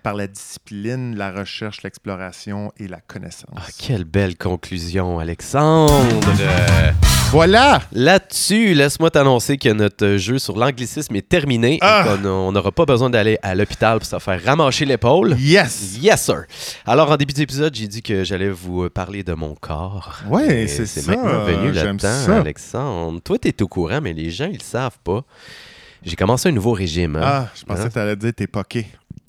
par la discipline, la recherche, l'exploration et la connaissance. Ah, quelle belle conclusion, Alexandre! Euh, Voilà! Là-dessus, laisse-moi t'annoncer que notre jeu sur l'anglicisme est terminé. Ah! Et qu'on- on n'aura pas besoin d'aller à l'hôpital pour se faire ramasser l'épaule. Yes! Yes, sir! Alors, en début d'épisode, j'ai dit que j'allais vous parler de mon corps. Ouais, Et c'est C'est ça. maintenant venu J'aime là-dedans, ça. Alexandre. Toi, t'es au courant, mais les gens, ils le savent pas. J'ai commencé un nouveau régime. hein. Ah, je pensais Hein? que tu allais dire t'es poqué.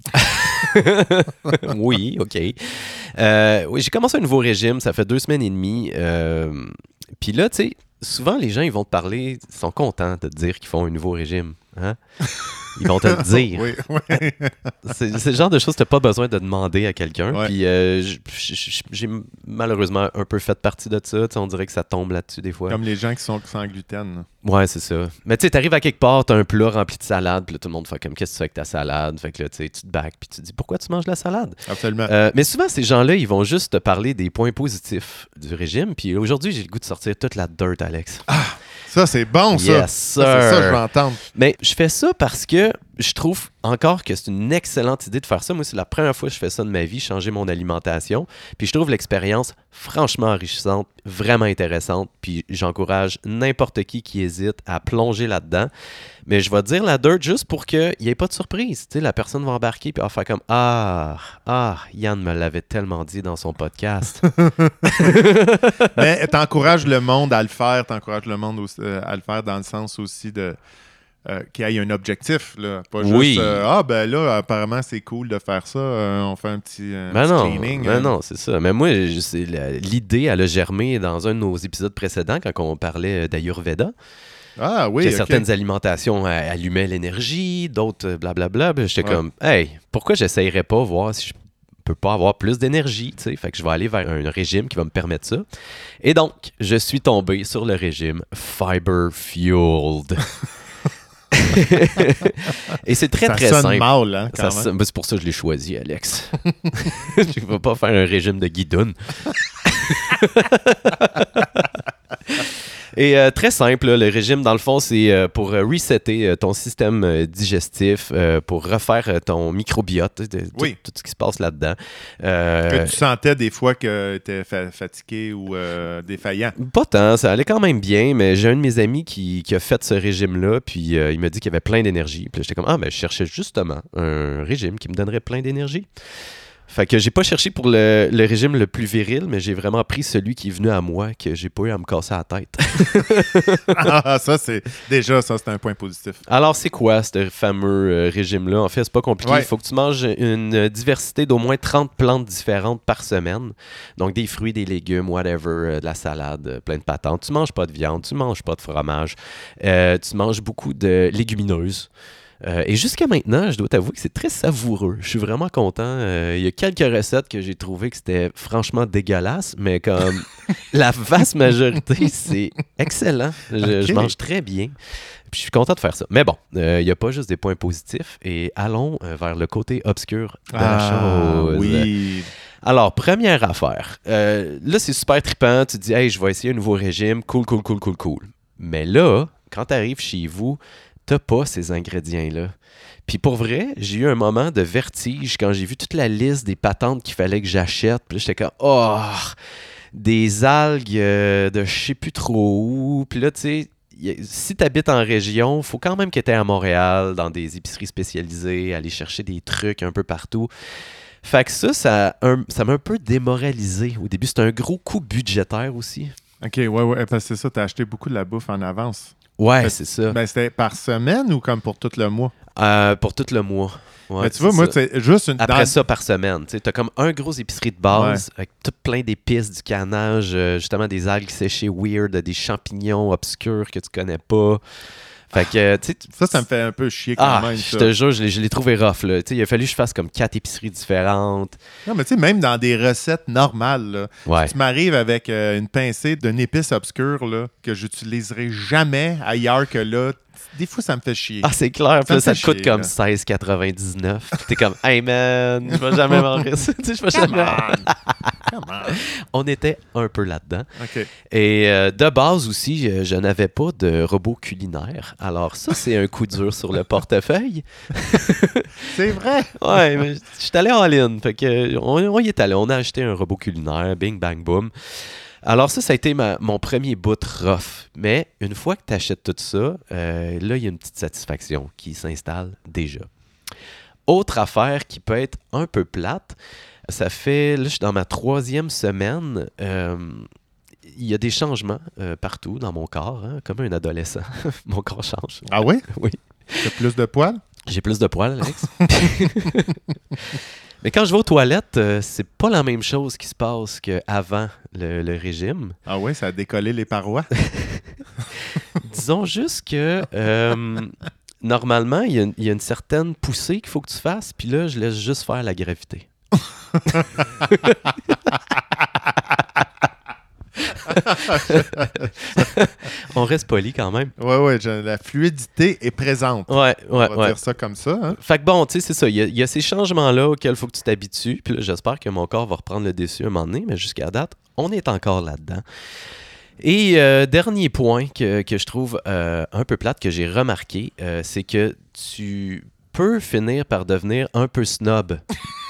Oui, OK. Euh, oui, j'ai commencé un nouveau régime, ça fait deux semaines et demie. Euh, Puis là, tu sais, souvent, les gens, ils vont te parler, ils sont contents de te dire qu'ils font un nouveau régime. Hein? Ils vont te le dire. Oui, oui. C'est c'est le genre de choses que tu n'as pas besoin de demander à quelqu'un. Ouais. Puis euh, j- j- j'ai malheureusement un peu fait partie de ça. Tu sais, on dirait que ça tombe là-dessus des fois. Comme les gens qui sont sans gluten. Ouais, c'est ça. Mais tu sais, t'arrives à quelque part, t'as un plat rempli de salade, puis là, tout le monde fait comme, qu'est-ce que tu fais avec ta salade? Fait que là, tu sais, tu te back, puis tu te dis, pourquoi tu manges la salade? Absolument. Euh, mais souvent, ces gens-là, ils vont juste te parler des points positifs du régime. Puis aujourd'hui, j'ai le goût de sortir toute la dirt, Alex. Ça, c'est bon, ça. Yes, Ça, c'est ça que je sir. veux entendre. Mais je fais ça parce que je trouve encore que c'est une excellente idée de faire ça. Moi, c'est la première fois que je fais ça de ma vie, changer mon alimentation. Puis je trouve l'expérience franchement enrichissante, vraiment intéressante. Puis j'encourage n'importe qui qui hésite à plonger là-dedans. Mais je vais dire la dirt juste pour qu'il n'y ait pas de surprise. Tu sais, la personne va embarquer puis elle va faire comme « Ah, ah, Yann me l'avait tellement dit dans son podcast. » Mais t'encourages le monde à le faire. T'encourages le monde aussi, euh, à le faire dans le sens aussi de... Euh, qu'il y ait un objectif, là. Pas juste Oui. euh, ah ben là, apparemment c'est cool de faire ça, euh, on fait un petit, un Ben petit non, cleaning. ben euh. non, c'est ça. Mais moi, je- c'est la- l'idée, elle a germé dans un de nos épisodes précédents quand on parlait d'Ayurveda. Ah oui, que ok. certaines alimentations euh, allumaient l'énergie, d'autres euh, blablabla. Puis J'étais Ouais. comme, hey, pourquoi j'essayerais pas voir si je peux pas avoir plus d'énergie, tu sais? Fait que je vais aller vers un régime qui va me permettre ça. Et donc, je suis tombé sur le régime Fiber Fueled. Et c'est très, ça très sonne simple. mal, hein, quand Ça même. sonne- ben, c'est pour ça que je l'ai choisi, Alex. Je ne vais pas faire un régime de guidoune. Et euh, très simple, là, le régime, dans le fond, c'est euh, pour euh, resetter euh, ton système euh, digestif, euh, pour refaire euh, ton microbiote, de- tout, Oui. tout ce qui se passe là-dedans. Euh, Que tu sentais des fois que tu étais fa- fatigué ou euh, défaillant. Pas tant, ça allait quand même bien, mais j'ai un de mes amis qui, qui a fait ce régime-là, puis euh, il m'a dit qu'il y avait plein d'énergie. Puis là, j'étais comme, ah, ben je cherchais justement un régime qui me donnerait plein d'énergie. Fait que j'ai pas cherché pour le, le régime le plus viril, mais j'ai vraiment pris celui qui est venu à moi, que j'ai pas eu à me casser la tête. Ah, ça, c'est déjà, ça, c'est un point positif. Alors, c'est quoi ce fameux euh, régime-là? En fait, c'est pas compliqué. Il Ouais. faut que tu manges une diversité d'au moins trente plantes différentes par semaine. Donc, des fruits, des légumes, whatever, euh, de la salade, euh, plein de patentes. Tu manges pas de viande, tu manges pas de fromage. Euh, tu manges beaucoup de légumineuses. Euh, et jusqu'à maintenant, je dois t'avouer que c'est très savoureux. Je suis vraiment content. Euh, Il y a quelques recettes que j'ai trouvées que c'était franchement dégueulasse, mais comme la vaste majorité, c'est excellent. Je, Ok. je mange très bien. Puis je suis content de faire ça. Mais bon, euh, il n'y a pas juste des points positifs. Et allons euh, vers le côté obscur de la chose. oui. Alors, première affaire. Euh, là, c'est super trippant. Tu te dis, hey, je vais essayer un nouveau régime. Cool, cool, cool, cool, cool. Mais là, quand tu arrives chez vous, t'as pas ces ingrédients-là. Puis pour vrai, j'ai eu un moment de vertige quand j'ai vu toute la liste des patentes qu'il fallait que j'achète. Puis là, j'étais comme, oh, des algues euh, de je sais plus trop où. Puis là, tu sais, y a- si tu habites en région, il faut quand même que tu à Montréal, dans des épiceries spécialisées, aller chercher des trucs un peu partout. Fait que ça, ça un- ça m'a un peu démoralisé. Au début, c'était un gros coup budgétaire aussi. OK, ouais, ouais, parce que c'est ça, t'as acheté beaucoup de la bouffe en avance. Ouais, Fait- c'est ça. Ben, c'était par semaine ou comme pour tout le mois? Euh, pour tout le mois. Ouais, Mais tu vois, c'est moi, ça. c'est juste une... Après dans- ça, par semaine. Tu as comme un gros épicerie de base avec tout plein d'épices, du canage, euh, justement des algues séchées weird, des champignons obscurs que tu connais pas. Fait que, euh, tu sais, tu- Ça, ça me fait un peu chier quand ah, même, je ça. te jure, je l'ai, je l'ai trouvé rough. Là. Tu sais, il a fallu que je fasse comme quatre épiceries différentes. Non, mais tu sais, même dans des recettes normales, là, Ouais. tu m'arrives avec euh, une pincée d'une épice obscure là, que j'utiliserai jamais ailleurs que là. des fois, ça me fait chier. Ah, c'est clair. Puis Ça là, me ça fait te coûte chier, comme là. seize quatre-vingt-dix-neuf. Puis t'es comme, hey man, je vais jamais manger ça. Tu sais, je vais Come jamais. on! Come on! On était un peu là-dedans. OK. Et euh, de base aussi, je, je n'avais pas de robot culinaire. Alors ça, c'est un coup dur sur le portefeuille. C'est vrai! Ouais, mais je suis allé en ligne. Fait que on, on y est allé. On a acheté un robot culinaire. Bing, bang, boom. Alors ça, ça a été ma- mon premier bout rough. Mais une fois que tu achètes tout ça, euh, là, il y a une petite satisfaction qui s'installe déjà. Autre affaire qui peut être un peu plate, ça fait, là, je suis dans ma troisième semaine. euh, Il y a des changements euh, partout dans mon corps, hein, comme un adolescent. Mon corps change. Ah oui? Oui. T'as plus de poils? J'ai plus de poils, Alex. Mais quand je vais aux toilettes, euh, c'est pas la même chose qui se passe qu'avant le, le régime. Ah oui, ça a décollé les parois. Disons juste que euh, normalement, il y, a une- il y a une certaine poussée qu'il faut que tu fasses, puis là, je laisse juste faire la gravité. On reste poli quand même. Oui, oui, la fluidité est présente. Ouais, On ouais, va ouais. dire ça comme ça. Hein? Fait que bon, tu sais, c'est ça. Il y, a- il y a ces changements-là auxquels il faut que tu t'habitues. Puis là, j'espère que mon corps va reprendre le dessus un moment donné, mais jusqu'à date, on est encore là-dedans. Et euh, dernier point que, que je trouve euh, un peu plate, que j'ai remarqué, euh, c'est que tu peux finir par devenir un peu snob.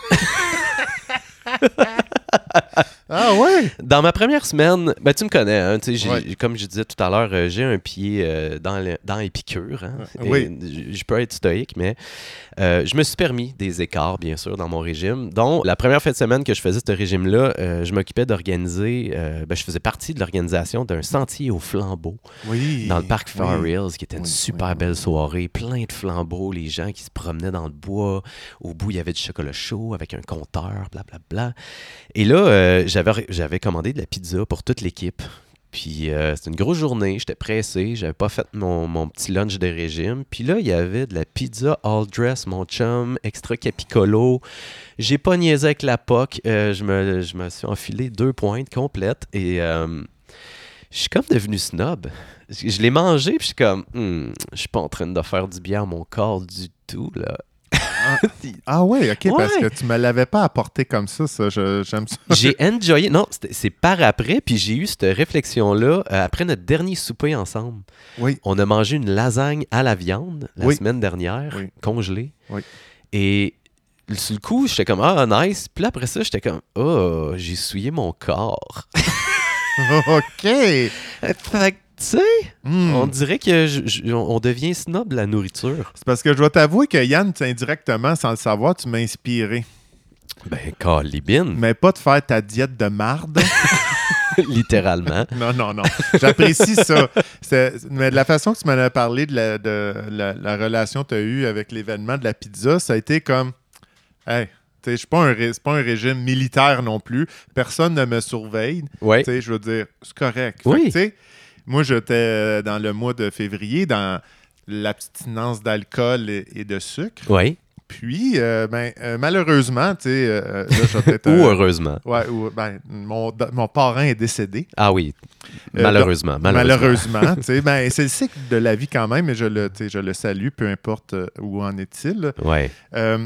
Ah ouais? Dans ma première semaine, ben, tu me connais, hein, tu sais, j'ai- Ouais. comme je disais tout à l'heure, euh, j'ai un pied euh, dans, le- dans Épicure. Hein, Euh, Et oui. je- Je peux être stoïque, mais euh, je me suis permis des écarts, bien sûr, dans mon régime. Donc, la première fin de semaine que je faisais ce régime-là, euh, je m'occupais d'organiser, euh, ben, je faisais partie de l'organisation d'un sentier au flambeau Oui. dans le parc Far oui. Hills, qui était une Oui, super oui, belle oui. soirée, plein de flambeaux, les gens qui se promenaient dans le bois. Au bout, il y avait du chocolat chaud avec un compteur, blablabla. Et là, euh, j'avais, j'avais commandé de la pizza pour toute l'équipe. Puis euh, c'était une grosse journée, j'étais pressé, j'avais pas fait mon, mon petit lunch de régime. Puis là, il y avait de la pizza all dress, mon chum, extra capicolo. J'ai pas niaisé avec la P O C, euh, je, me, je me suis enfilé deux pointes complètes et euh, je suis comme devenu snob. Je, je l'ai mangé, puis je suis comme, Hmm, je suis pas en train de faire du bien à mon corps du tout, là. Ah ouais, OK, parce Ouais. que tu me l'avais pas apporté comme ça, ça. Je- j'aime ça. J'ai enjoyé. Non, c'était- c'est par après, puis j'ai eu cette réflexion-là euh, après notre dernier souper ensemble. Oui. On a mangé une lasagne à la viande la Oui. semaine dernière, Oui. congelée. Oui. Et sur le coup, j'étais comme, ah, nice. Puis là, après ça, j'étais comme, oh, j'ai souillé mon corps. OK. fait que, tu sais, Hmm. on dirait que je- je- on devient snob de la nourriture. C'est parce que je dois t'avouer que Yann, tu- indirectement, sans le savoir, tu m'as inspiré. Ben, calibine, Mais pas de faire ta diète de marde. littéralement. Non, non, non. J'apprécie ça. C'est- mais de la façon que tu m'en as parlé de la, de la, la relation que tu as eue avec l'événement de la pizza, ça a été comme, hey, tu sais, je suis pas un ré- c'est pas un régime militaire non plus. Personne ne me surveille. Ouais. Tu sais, je veux dire, c'est correct. Fait Oui. que, tu sais, moi, j'étais euh, dans le mois de février dans l'abstinence d'alcool et, et de sucre. Oui. Puis, euh, ben, euh, malheureusement, tu sais, euh, là, je vais peut-être... Ou euh, heureusement. ouais, ou, ben, mon, mon parrain est décédé. Ah oui. Euh, Malheureusement. malheureusement. Malheureusement. tu sais, ben, c'est le cycle de la vie quand même, mais je le, tu sais, je le salue, peu importe euh, où en est-il. Ouais. Euh,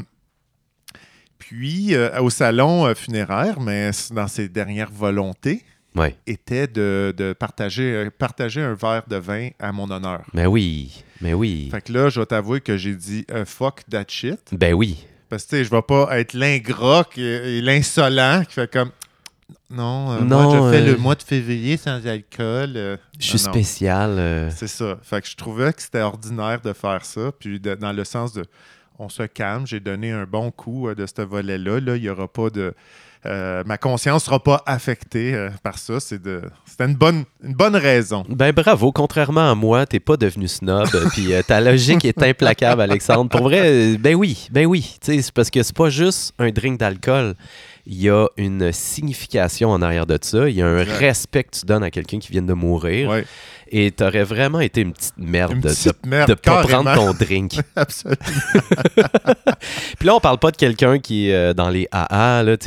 puis, euh, au salon euh, funéraire, mais dans ses dernières volontés, Ouais. était de, de partager, euh, partager un verre de vin à mon honneur. Mais oui. Mais oui. Fait que là, je vais t'avouer que j'ai dit euh, fuck that shit. Ben oui. Parce que, tu sais, je vais pas être l'ingrat qui- et l'insolent qui fait comme... Non, euh, Non, moi, je fais euh, le mois de février sans alcool. euh, Je suis non, non. spécial. euh, C'est ça. Fait que je trouvais que c'était ordinaire de faire ça. Puis de- dans le sens de... On se calme. J'ai donné un bon coup euh, de ce volet-là. Là, il y aura pas de... euh, ma conscience sera pas affectée euh, par ça. C'est de... C'était une bonne, une bonne raison. Ben bravo, contrairement à moi, t'es pas devenu snob, euh, puis euh, ta logique est implacable, Alexandre. Pour vrai, euh, ben oui, ben oui. Tu sais, c'est parce que c'est pas juste un drink d'alcool. Il y a une signification en arrière de ça. Il y a un Exact. respect que tu donnes à quelqu'un qui vient de mourir. Ouais. Et t'aurais vraiment été une petite merde Une de, petite de, merde, de pas carrément. prendre ton drink. Absolument. Puis là, on parle pas de quelqu'un qui est euh, dans les A A, là, tu sais, qui a vraiment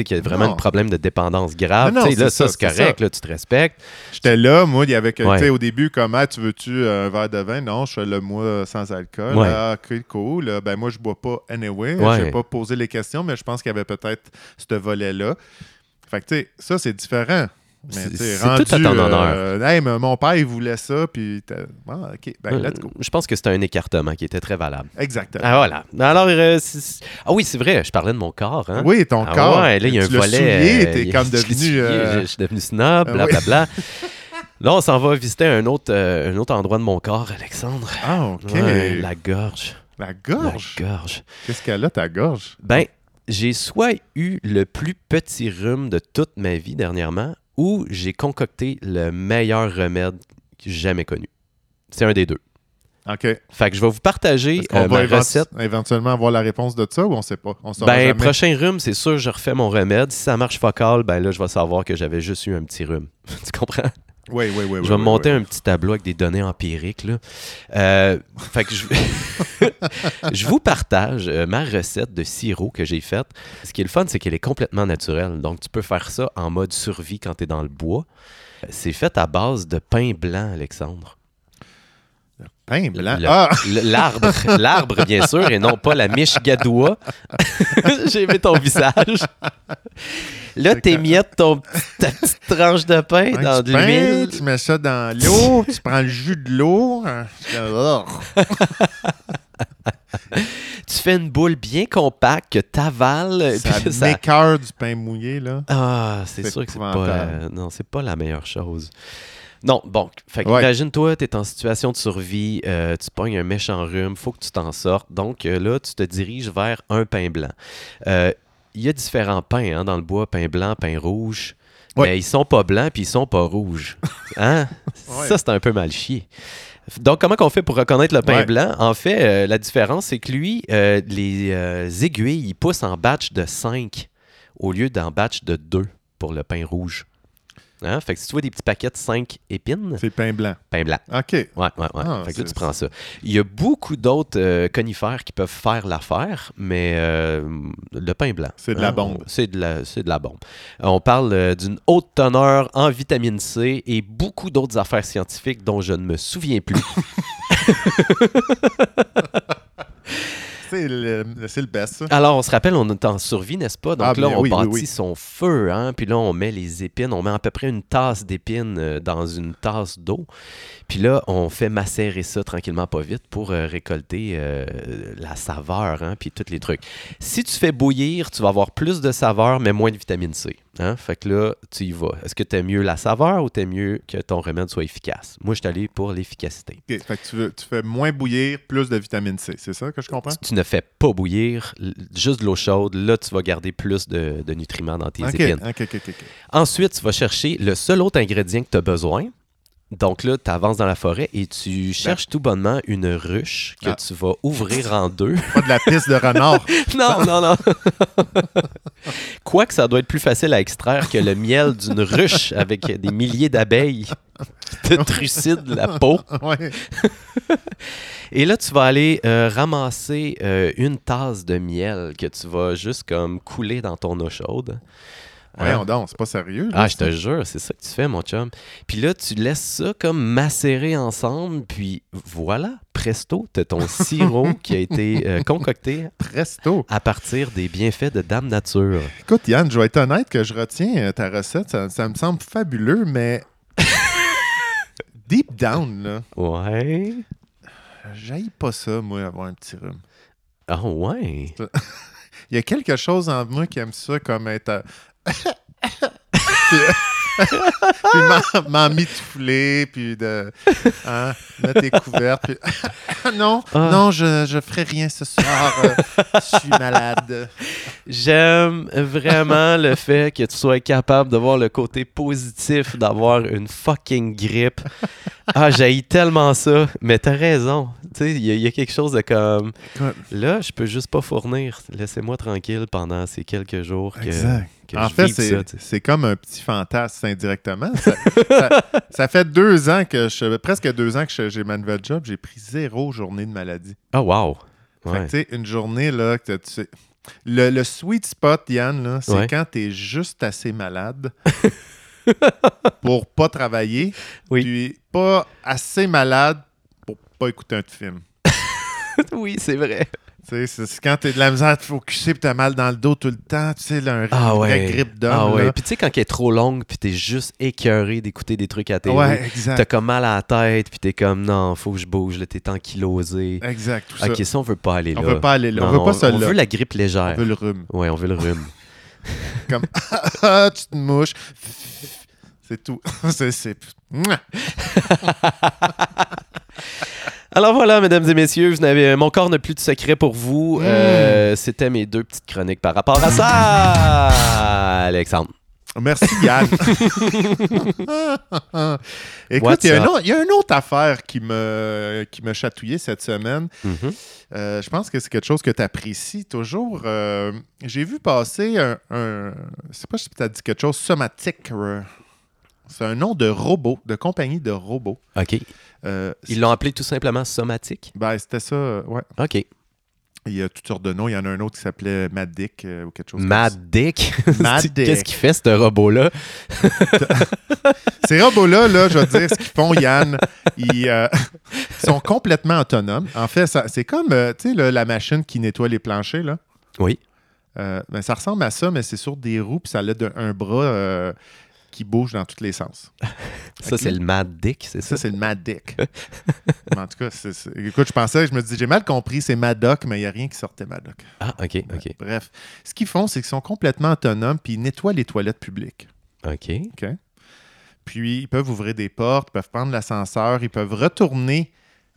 un problème de dépendance grave. Non, non, tu sais, là, c'est ça, ça, c'est c'est correct, ça. là, tu te respectes. J'étais là, moi, il y avait que, Ouais. tu sais, au début, comment tu veux-tu un verre de vin? Non, je fais le mois sans alcool. Ouais. Ah, ok, cool. Ben, moi, je bois pas anyway. Ouais. Je n'ai pas posé les questions, mais je pense qu'il y avait peut-être ce volet-là. Fait que, tu sais, ça, c'est différent. Mais, tu sais, C'est rendu, tout à ton honneur. euh, hey, mais mon père, il voulait ça, puis... Ah, OK, ben, let's go. Euh, Je pense que c'était un écartement qui était très valable. Exactement. Ah, voilà. Alors, euh, c'est- ah oui, c'est vrai, je parlais de mon corps. Hein? Oui, ton Ah corps. ouais, là, il y a un tu l'as volet. souillé, euh, t'es il- comme je l'ai devenu... souillé, euh, Je je suis devenu snob, Ah, blablabla. Là, on s'en va visiter un autre, euh, un autre endroit de mon corps, Alexandre. Ah, OK. Ouais, la gorge. La gorge. La gorge. Qu'est-ce qu'elle a, ta gorge? Ben, j'ai soit eu le plus petit rhume de toute ma vie dernièrement, ou j'ai concocté le meilleur remède que j'ai jamais connu. C'est un des deux. OK. Fait que je vais vous partager Est-ce qu'on euh, va ma éventu- recette. éventuellement avoir la réponse de ça ou on sait pas? On saura Ben, jamais. prochain rhume, c'est sûr, je refais mon remède. Si ça marche focal, ben là, je vais savoir que j'avais juste eu un petit rhume. Tu comprends? Oui, oui, oui. Je vais me monter un petit tableau avec des données empiriques. Là. Euh, fait que je... je vous partage euh, ma recette de sirop que j'ai faite. Ce qui est le fun, c'est qu'elle est complètement naturelle. Donc, tu peux faire ça en mode survie quand tu es dans le bois. C'est fait à base de pain blanc, Alexandre. Pain blanc. Le- Ah! le- L'arbre, l'arbre, bien sûr, et non pas la miche gadoua. J'ai aimé ton visage. Là, t'émiettes ton, ta petite tranche de pain Un dans petit de pain, l'huile. tu mets ça dans l'eau, tu prends le jus de l'eau. hein, oh. Tu fais une boule bien compacte que t'avales. Ça puis là, ça- m'écoeure du pain mouillé, là. Ah, c'est C'est sûr que c'est pas, épouvantable. euh, non, c'est pas la meilleure chose. Non, bon, fait que Ouais. imagine-toi, tu es en situation de survie, euh, tu pognes un méchant rhume, faut que tu t'en sortes. Donc euh, là, tu te diriges vers un pain blanc. Euh, Il y a différents pains hein, dans le bois, pain blanc, pain rouge. Ouais. Mais ils sont pas blancs puis ils sont pas rouges. Hein? Ouais. Ça, c'est un peu mal chié. Donc, comment on fait pour reconnaître le pain Ouais. blanc? En fait, euh, la différence, c'est que lui, euh, les euh, aiguilles, ils poussent en batch de cinq au lieu d'en batch de deux pour le pain rouge. Hein? Fait que si tu vois des petits paquets de cinq épines, C'est pain blanc. pain blanc. OK. Ouais, ouais, ouais. Ah, fait que là, tu c'est- prends ça. Il y a beaucoup d'autres euh, conifères qui peuvent faire l'affaire, mais euh, le pain blanc. C'est de la hein, bombe. on- C'est de la, c'est de la bombe. Euh, On parle euh, d'une haute teneur en vitamine C et beaucoup d'autres affaires scientifiques dont je ne me souviens plus. C'est le, c'est le best, ça. Alors, on se rappelle, on est en survie, n'est-ce pas? Donc Ah, là, bien on oui, oui, bâtit oui. son feu, hein? Puis là, on met les épines. On met à peu près une tasse d'épines euh, dans une tasse d'eau. Puis là, on fait macérer ça tranquillement, pas vite, pour euh, récolter euh, la saveur, hein? Puis tous les trucs. Si tu fais bouillir, tu vas avoir plus de saveur, mais moins de vitamine C. Hein? Fait que là, tu y vas. Est-ce que tu aimes mieux la saveur ou tu aimes mieux que ton remède soit efficace? Moi, je suis allé pour l'efficacité. OK. Fait que tu, veux, tu fais moins bouillir, plus de vitamine C. C'est ça que je comprends? Si tu ne fais pas bouillir, l- juste de l'eau chaude, là, tu vas garder plus de, de nutriments dans tes OK. épines. OK, OK, OK. OK. Ensuite, tu vas chercher le seul autre ingrédient que tu as besoin. Donc là, tu avances dans la forêt et tu cherches tout bonnement une ruche que Ah. tu vas ouvrir en deux. Pas de la piste de renard. non, non, non. Quoique ça doit être plus facile à extraire que le miel d'une ruche avec des milliers d'abeilles qui te trucident la peau. Ouais. Et là, tu vas aller euh, ramasser euh, une tasse de miel que tu vas juste comme couler dans ton eau chaude. Voyons Hein? donc, c'est pas sérieux. là, Ah, je ça. te jure, c'est ça que tu fais, mon chum. Puis là, tu laisses ça comme macérer ensemble, puis voilà, presto, t'as ton sirop qui a été euh, concocté Presto. à partir des bienfaits de Dame Nature. Écoute, Yann, je vais être honnête que je retiens euh, ta recette. Ça, ça me semble fabuleux, mais deep down, là, Ouais. j'haïs pas ça, moi, avoir un petit rhume. Ah ouais. Il y a quelque chose en moi qui aime ça comme être... à- puis puis m'en- m'en mitoufler, puis de hein, mettre tes couvertes. Puis... non, Ah. non, je, je ferai rien ce soir. euh, je suis malade. J'aime vraiment le fait que tu sois capable de voir le côté positif d'avoir une fucking grippe. Ah, j'haïs tellement ça. Mais t'as raison. Tu sais, il y, a- il y a quelque chose de comme... Écoute, Là, je peux juste pas fournir. Laissez-moi tranquille pendant ces quelques jours que, exact. que En je fait, vive c'est, ça. tu sais. c'est comme un petit fantasme indirectement. Ça, ça- ça fait deux ans que je, presque deux ans que je- j'ai ma nouvelle job. J'ai pris zéro journée de maladie. Ah, wow. Fait que, Ouais. tu sais, une journée, là, que tu sais, Le, le sweet spot, Yann, là, c'est Ouais. quand t'es juste assez malade pour pas travailler, Oui. puis pas assez malade pour pas écouter un film. Oui, c'est vrai. Tu sais, C'est c'est quand t'es de la misère à te focusser puis t'as mal dans le dos tout le temps, tu sais, là, un Ah une vraie ouais. grippe d'homme. Ah ouais. là. Puis tu sais, quand elle est trop longue, puis t'es juste écœuré d'écouter des trucs à télé. Ouais, exact. T'as comme mal à la tête, puis t'es comme non, faut que je bouge, là, t'es ankylosé. Exact, tout ça. Ok, ça, on veut pas aller là. On veut pas aller là. Non, on veut pas on, ça on là. veut la grippe légère. On veut le rhume. Ouais, on veut le rhume. Comme ah, tu te mouches. C'est tout. c'est, c'est... Alors voilà, mesdames et messieurs, vous n'avez, mon corps n'a plus de secret pour vous. Mm. Euh, c'était mes deux petites chroniques par rapport à ça, Alexandre. Merci, Yann. Écoute, il y, a un autre- il y a une autre affaire qui me, qui m'a chatouillé cette semaine. Mhm. Euh, je pense que c'est quelque chose que tu apprécies toujours. Euh, j'ai vu passer un, un. Je sais pas si tu as dit quelque chose, Somatic. euh, C'est un nom de robot, de compagnie de robots. OK. Euh, Ils l'ont appelé tout simplement somatique. ben, c'était ça, euh, ouais. OK. Il y a toutes sortes de noms. Il y en a un autre qui s'appelait Mad Dick euh, ou quelque chose Mad comme Dick. Mad C'est- Dick. Qu'est-ce qu'il fait, ce robot-là? ça. Ces robots-là, là, je veux dire, ce qu'ils font, Yann, ils euh, sont complètement autonomes. En fait, ça- c'est comme, euh, tu sais, là, la machine qui nettoie les planchers, là. Oui. Euh, ben, ça ressemble à ça, mais c'est sur des roues, puis ça a de- un bras euh, qui bouge dans tous les sens. Ça, c'est le Mad Dick, c'est ça? Ça, c'est le Mad Dick. Mais en tout cas, c'est, c'est- écoute, je pensais, je me dis, j'ai mal compris, c'est Madoc, mais il n'y a rien qui sortait Madoc. Ah, OK, OK. Bref, ce qu'ils font, c'est qu'ils sont complètement autonomes, puis ils nettoient les toilettes publiques. OK. OK? Puis, ils peuvent ouvrir des portes, ils peuvent prendre l'ascenseur, ils peuvent retourner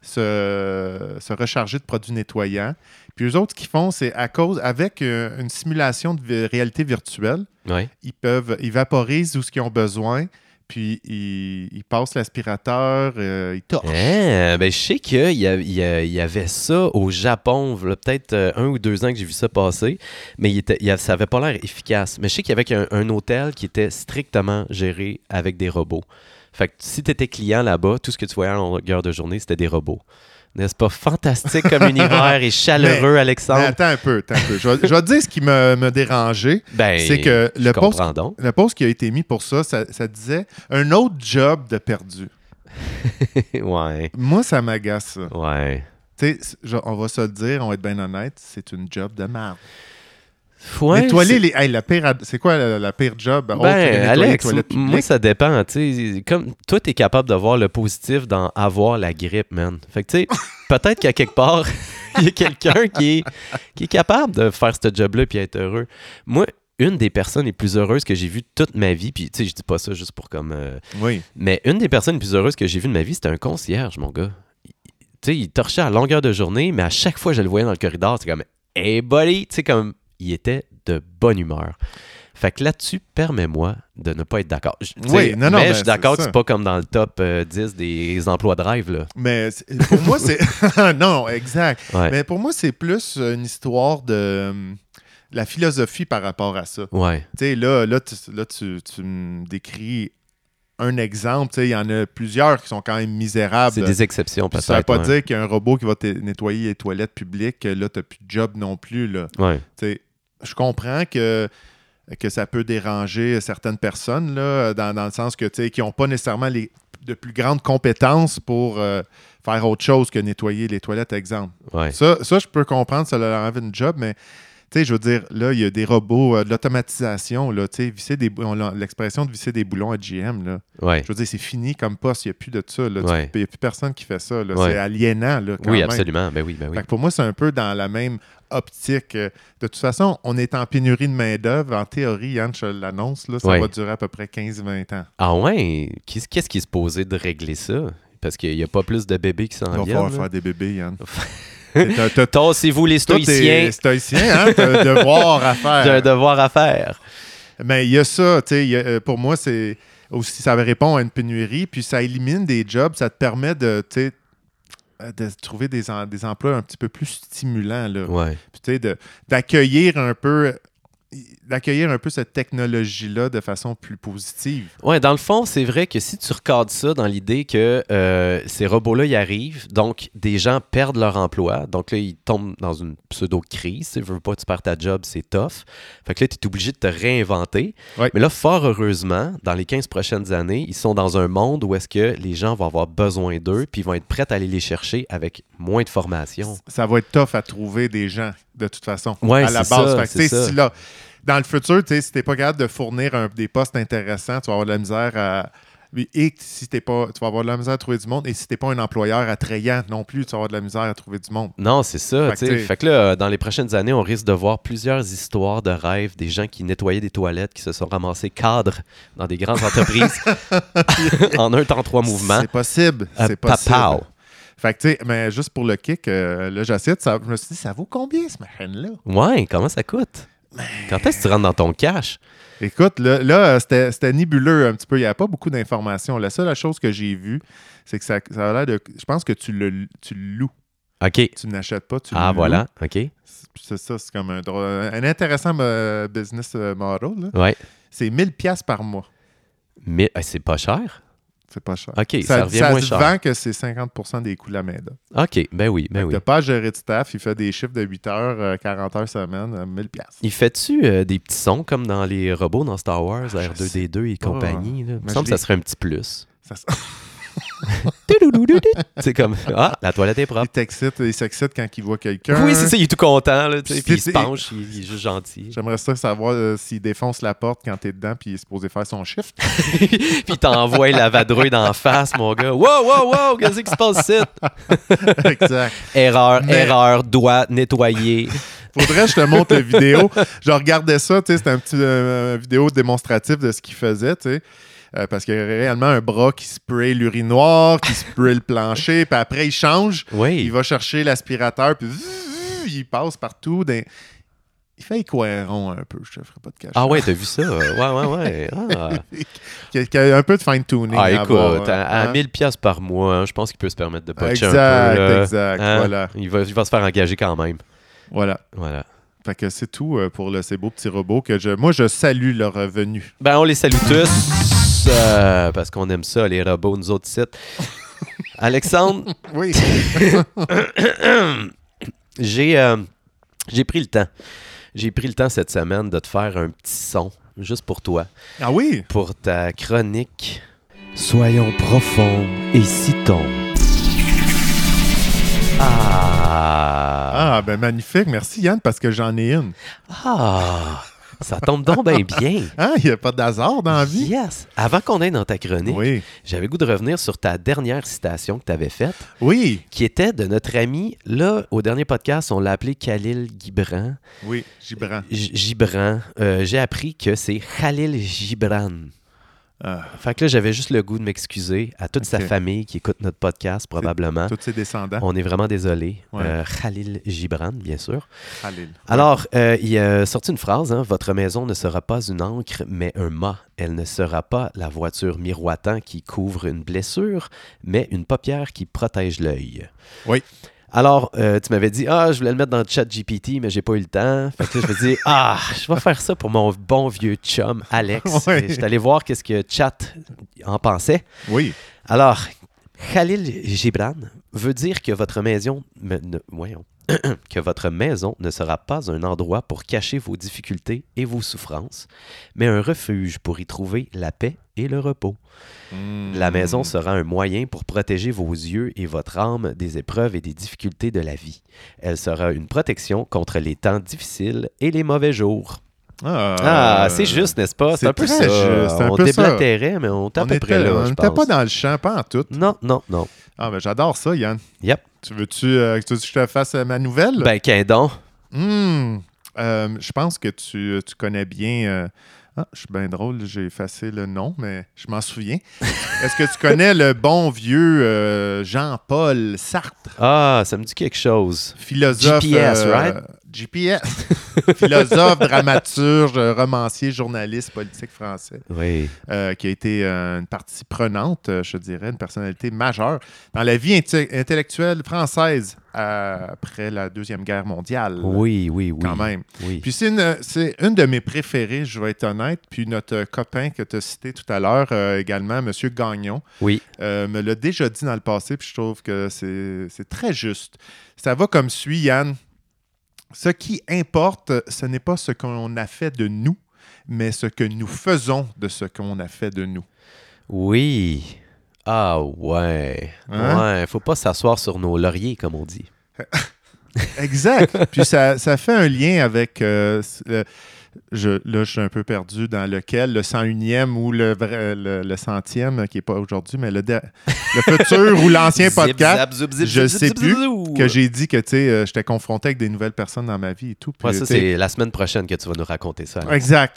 se, se recharger de produits nettoyants. Puis, eux autres, ce qu'ils font, c'est à cause, avec euh, une simulation de vi- réalité virtuelle, Ouais. ils peuvent, ils vaporisent où ce qu'ils ont besoin, puis ils, ils passent l'aspirateur, euh, ils torchent. Ah, ben, je sais qu'il y, a- il y, a- il y avait ça au Japon, là, peut-être euh, un ou deux ans que j'ai vu ça passer, mais il était, il y a- ça n'avait pas l'air efficace. Mais je sais qu'il y avait un, un hôtel qui était strictement géré avec des robots. Fait que si tu étais client là-bas, tout ce que tu voyais en longueur de journée, c'était des robots. N'est-ce pas fantastique comme univers et chaleureux, Mais Alexandre? attends un peu, attends un peu. Je vais, je vais te dire ce qui me, me dérangeait. Ben, c'est que je le post, comprends donc. le post qui a été mis pour ça, ça, ça disait un autre job de perdu. Ouais, Moi, ça m'agace, ça. ouais. Tu sais, je- on va se le dire, on va être bien honnête, c'est une job de merde. Ouais, nettoyer c'est- les. Hey, la pire, ad- c'est quoi la, la pire job? autre que Ben, nettoyer les Alex, toilettes m- moi, publiques? ça dépend. tu sais. Comme toi, t'es capable de voir le positif dans avoir la grippe, man. Fait que, tu sais, peut-être qu'à quelque part, il y a quelqu'un qui est, qui est capable de faire ce job-là puis être heureux. Moi, une des personnes les plus heureuses que j'ai vues toute ma vie, puis, tu sais, je dis pas ça juste pour comme. euh, Oui. mais une des personnes les plus heureuses que j'ai vues de ma vie, c'était un concierge, mon gars. Il- Tu sais, il torchait à longueur de journée, mais à chaque fois que je le voyais dans le corridor, c'était comme hey buddy, tu sais, comme il était de bonne humeur. Fait que là-dessus, permets-moi de ne pas être d'accord. Je- tu sais, Oui, non, non, mais ben, je suis d'accord c'est que ça. c'est pas comme dans le top euh, dix des emplois de rêve, là. Mais c'est- pour moi, c'est. non, exact. Ouais. Mais pour moi, c'est plus une histoire de. hum, la philosophie par rapport à ça. Ouais. Tu sais, là, là, tu, là tu, tu me décris un exemple. Tu sais, il y en a plusieurs qui sont quand même misérables. C'est des exceptions, Puis peut-être. ça ne veut pas ouais. dire qu'il y a un robot qui va te nettoyer les toilettes publiques, que là, tu n'as plus de job non plus. Là. Ouais. Tu sais, je comprends que, que ça peut déranger certaines personnes, là, dans, dans le sens que, tu sais, qui n'ont pas nécessairement les, de plus grandes compétences pour euh, faire autre chose que nettoyer les toilettes, exemple. Ouais. Ça, ça, je peux comprendre, ça leur enlève une job, mais tu sais, je veux dire, là, il y a des robots, euh, de l'automatisation, là, tu sais, visser des bou- on l'a- l'expression de visser des boulons à G M, là. Ouais. Je veux dire, c'est fini comme poste, il n'y a plus de ça, là. Ouais. Il n'y a plus personne qui fait ça, là. Ouais. C'est aliénant, là, quand Oui, même. absolument. Ben oui, ben oui. Fait que pour moi, c'est un peu dans la même optique. Euh, De toute façon, on est en pénurie de main-d'œuvre. En théorie, Yann, je l'annonce, là, ça Ouais. va durer à peu près quinze à vingt ans. Ah ouais? Qu'est-ce qu'est-ce qui est supposé de régler ça? Parce qu'il n'y a pas plus de bébés qui Il s'en va viennent. falloir là. faire des bébés, Yann. T'as- t'as- Tassez-vous les Toi, stoïciens. t'es stoïcien, hein? T'as un devoir à faire. J'ai un devoir à faire. Mais il y a ça, tu sais, il y a- euh, pour moi, c'est aussi, ça répond à une pénurie, puis ça élimine des jobs, ça te permet de, tu sais, euh, de trouver des, en- des emplois un petit peu plus stimulants, là. Ouais. Puis, tu sais, de- d'accueillir un peu d'accueillir un peu cette technologie-là de façon plus positive. Ouais, dans le fond, c'est vrai que si tu recadres ça dans l'idée que euh, ces robots-là y arrivent, donc des gens perdent leur emploi, donc là, ils tombent dans une pseudo-crise. Tu veux pas, tu perds ta job, c'est tough. Fait que là, tu es obligé de te réinventer. Ouais. Mais là, fort heureusement, dans les quinze prochaines années, ils sont dans un monde où est-ce que les gens vont avoir besoin d'eux, puis ils vont être prêts à aller les chercher avec moins de formation. Ça va être tough à trouver des gens, de toute façon, Ouais, à la c'est base. ça, Fait que, c'est tu sais, ça. si là, dans le futur, si tu n'es pas capable de fournir un- des postes intéressants, tu vas avoir de la misère à... Et si t'es pas, tu vas avoir de la misère à trouver du monde. Et si tu n'es pas un employeur attrayant non plus, tu vas avoir de la misère à trouver du monde. Non, c'est ça. Fait Fait que que, t'sais- fait que là, euh, dans les prochaines années, on risque de voir plusieurs histoires de rêves, des gens qui nettoyaient des toilettes, qui se sont ramassés cadres dans des grandes entreprises en un temps, trois mouvements. C'est possible. Euh, C'est possible. papao. Fait que, tu sais, mais juste pour le kick, euh, là, j'essaie de savoir- je me suis dit, ça vaut combien, ce machin-là? Ouais, comment ça coûte? Quand est-ce que tu rentres dans ton cash? Écoute, là, là, c'était c'était nébuleux un petit peu. Il n'y avait pas beaucoup d'informations. La seule chose que j'ai vue, c'est que ça, ça a l'air de... Je pense que tu le, tu le loues. OK. Tu n'achètes pas, tu le Ah, loues. voilà. OK. C'est ça, c'est comme un, drôle- un intéressant euh, business euh, model. là. Ouais. C'est mille dollars par mois. Mais euh, c'est pas cher? C'est pas cher. OK, ça, revient moins se cher. vend que c'est cinquante pour cent des coûts de la main-d'œuvre. OK, ben oui, ben Tu oui. n'as pas à gérer de staff. Il fait des chiffres de huit heures, euh, quarante heures semaine, euh, mille dollars. Il fait-tu euh, des petits sons comme dans les robots dans Star Wars, Ah, R deux D deux et pas. compagnie? Là? Il me Mais semble je que ça l'ai- serait un petit plus. Ça, se- C'est comme, ah, la toilette est il propre. t'excite, il s'excite quand il voit quelqu'un. Oui, c'est ça, il est tout content, là, tu sais, C'est- puis il se c'est- penche, il, il est juste gentil. J'aimerais ça savoir euh, s'il défonce la porte quand t'es dedans puis il est supposé faire son shift. Puis il t'envoie la vadrouille d'en face, mon gars. Wow, wow, wow, qu'est-ce qui se passe ici? Exact. Erreur, Mais- erreur, doigt nettoyé. Faudrait que je te montre la vidéo. Je regardais ça, tu sais, c'était un petit euh, vidéo démonstratif de ce qu'il faisait, tu sais. Euh, parce qu'il y a réellement un bras qui spray l'urinoir, qui spray le plancher, puis après il change, Oui. il va chercher l'aspirateur, puis zzz, il passe partout. Dans... Il fait équerron un peu, je te ferai pas de cacher. Ah ouais, t'as vu ça? Ouais, ouais, ouais. Ah, Qu'il y a un peu de fine-tuning. ah à écoute, avoir, à, à hein. mille dollars par mois, hein, je pense qu'il peut se permettre de botcher Exact, un peu. là. exact, Hein? voilà. Il va, il va se faire engager quand même. Voilà. Voilà. Fait que c'est tout euh, pour le, ces beaux petits robots que je... Moi, je salue leur revenu. Ben, on les salue tous euh, parce qu'on aime ça, les robots, nous autres sites. Alexandre, Oui. j'ai euh, j'ai pris le temps. J'ai pris le temps cette semaine de te faire un petit son, juste pour toi, Ah oui? pour ta chronique. Soyons profonds et citons. Ah! Ah, ben magnifique. Merci Yann, parce que j'en ai une. Ah! Ça tombe donc bien bien. Ah, il n'y a pas d'hasard dans la vie? Yes! Avant qu'on aille dans ta chronique, Oui. j'avais le goût de revenir sur ta dernière citation que tu avais faite, Oui. qui était de notre ami, là, au dernier podcast, on l'a appelé Khalil Gibran. Oui, Gibran. G- Gibran. Euh, j'ai appris que c'est Khalil Gibran. Ah, Fait que là, j'avais juste le goût de m'excuser à toute sa Ok. famille qui écoute notre podcast, probablement. tous ses descendants. On est vraiment désolé. Ouais. Euh, Khalil Gibran, bien sûr. Khalil. Alors, euh, il a sorti une phrase, hein, votre maison ne sera pas une ancre, mais un mât. Elle ne sera pas la voiture miroitant qui couvre une blessure, mais une paupière qui protège l'œil. Oui. Alors, euh, tu m'avais dit, ah, je voulais le mettre dans le chat G P T, mais j'ai pas eu le temps. Fait que là, je me dis, ah, je vais faire ça pour mon bon vieux chum, Alex. Ouais. Et je suis allé voir qu'est-ce que Chat en pensait. Oui. Alors, Khalil Gibran veut dire que votre maison, me- ne- voyons, que votre maison ne sera pas un endroit pour cacher vos difficultés et vos souffrances, mais un refuge pour y trouver la paix et le repos. Mm. La maison sera un moyen pour protéger vos yeux et votre âme des épreuves et des difficultés de la vie. Elle sera une protection contre les temps difficiles et les mauvais jours. Ah, Ah, c'est juste, n'est-ce pas? C'est c'est un peu très ça. juste, c'est un On peu ça. déblatérait, mais on est à On peu était, près là, on je n'était pense. pas dans le champ, pas en tout. Non, non, non. Ah, ben j'adore ça, Yann. Yep. Tu veux-tu euh, tu veux que je te fasse euh, ma nouvelle? Ben, qu'un don. Hmm. Euh, je pense que tu, tu connais bien euh, Ah, je suis bien drôle, j'ai effacé le nom, mais je m'en souviens. Est-ce que tu connais le bon vieux euh, Jean-Paul Sartre? Ah, ça me dit quelque chose. Philosophe. G P S, euh, right? G P S. Philosophe, dramaturge, romancier, journaliste politique français, Oui. euh, qui a été euh, une partie prenante, euh, je dirais, une personnalité majeure dans la vie inte- intellectuelle française euh, après la Deuxième Guerre mondiale. Oui, oui, oui. Quand même. Oui. Puis c'est une, c'est une de mes préférées, je vais être honnête. Puis notre copain que tu as cité tout à l'heure, euh, également, M. Gagnon, Oui. euh, me l'a déjà dit dans le passé, puis je trouve que c'est, c'est très juste. Ça va comme suit, Yann. Ce qui importe, ce n'est pas ce qu'on a fait de nous, mais ce que nous faisons de ce qu'on a fait de nous. Oui. Ah ouais. Hein? Ouais, faut pas s'asseoir sur nos lauriers, comme on dit. Exact. Puis ça, ça fait un lien avec... euh, le- je, là, je suis un peu perdu dans lequel, le cent unième ou le, vrai- le, le centième, qui n'est pas aujourd'hui, mais le, de- le futur ou l'ancien Zip, podcast, zap, zoup, zip, je zip, sais zip, plus, zoup. que j'ai dit que tu sais, euh, j'étais confronté avec des nouvelles personnes dans ma vie et tout. Puis, Ouais, ça, tu sais, c'est la semaine prochaine que tu vas nous raconter ça. Alex. Exact.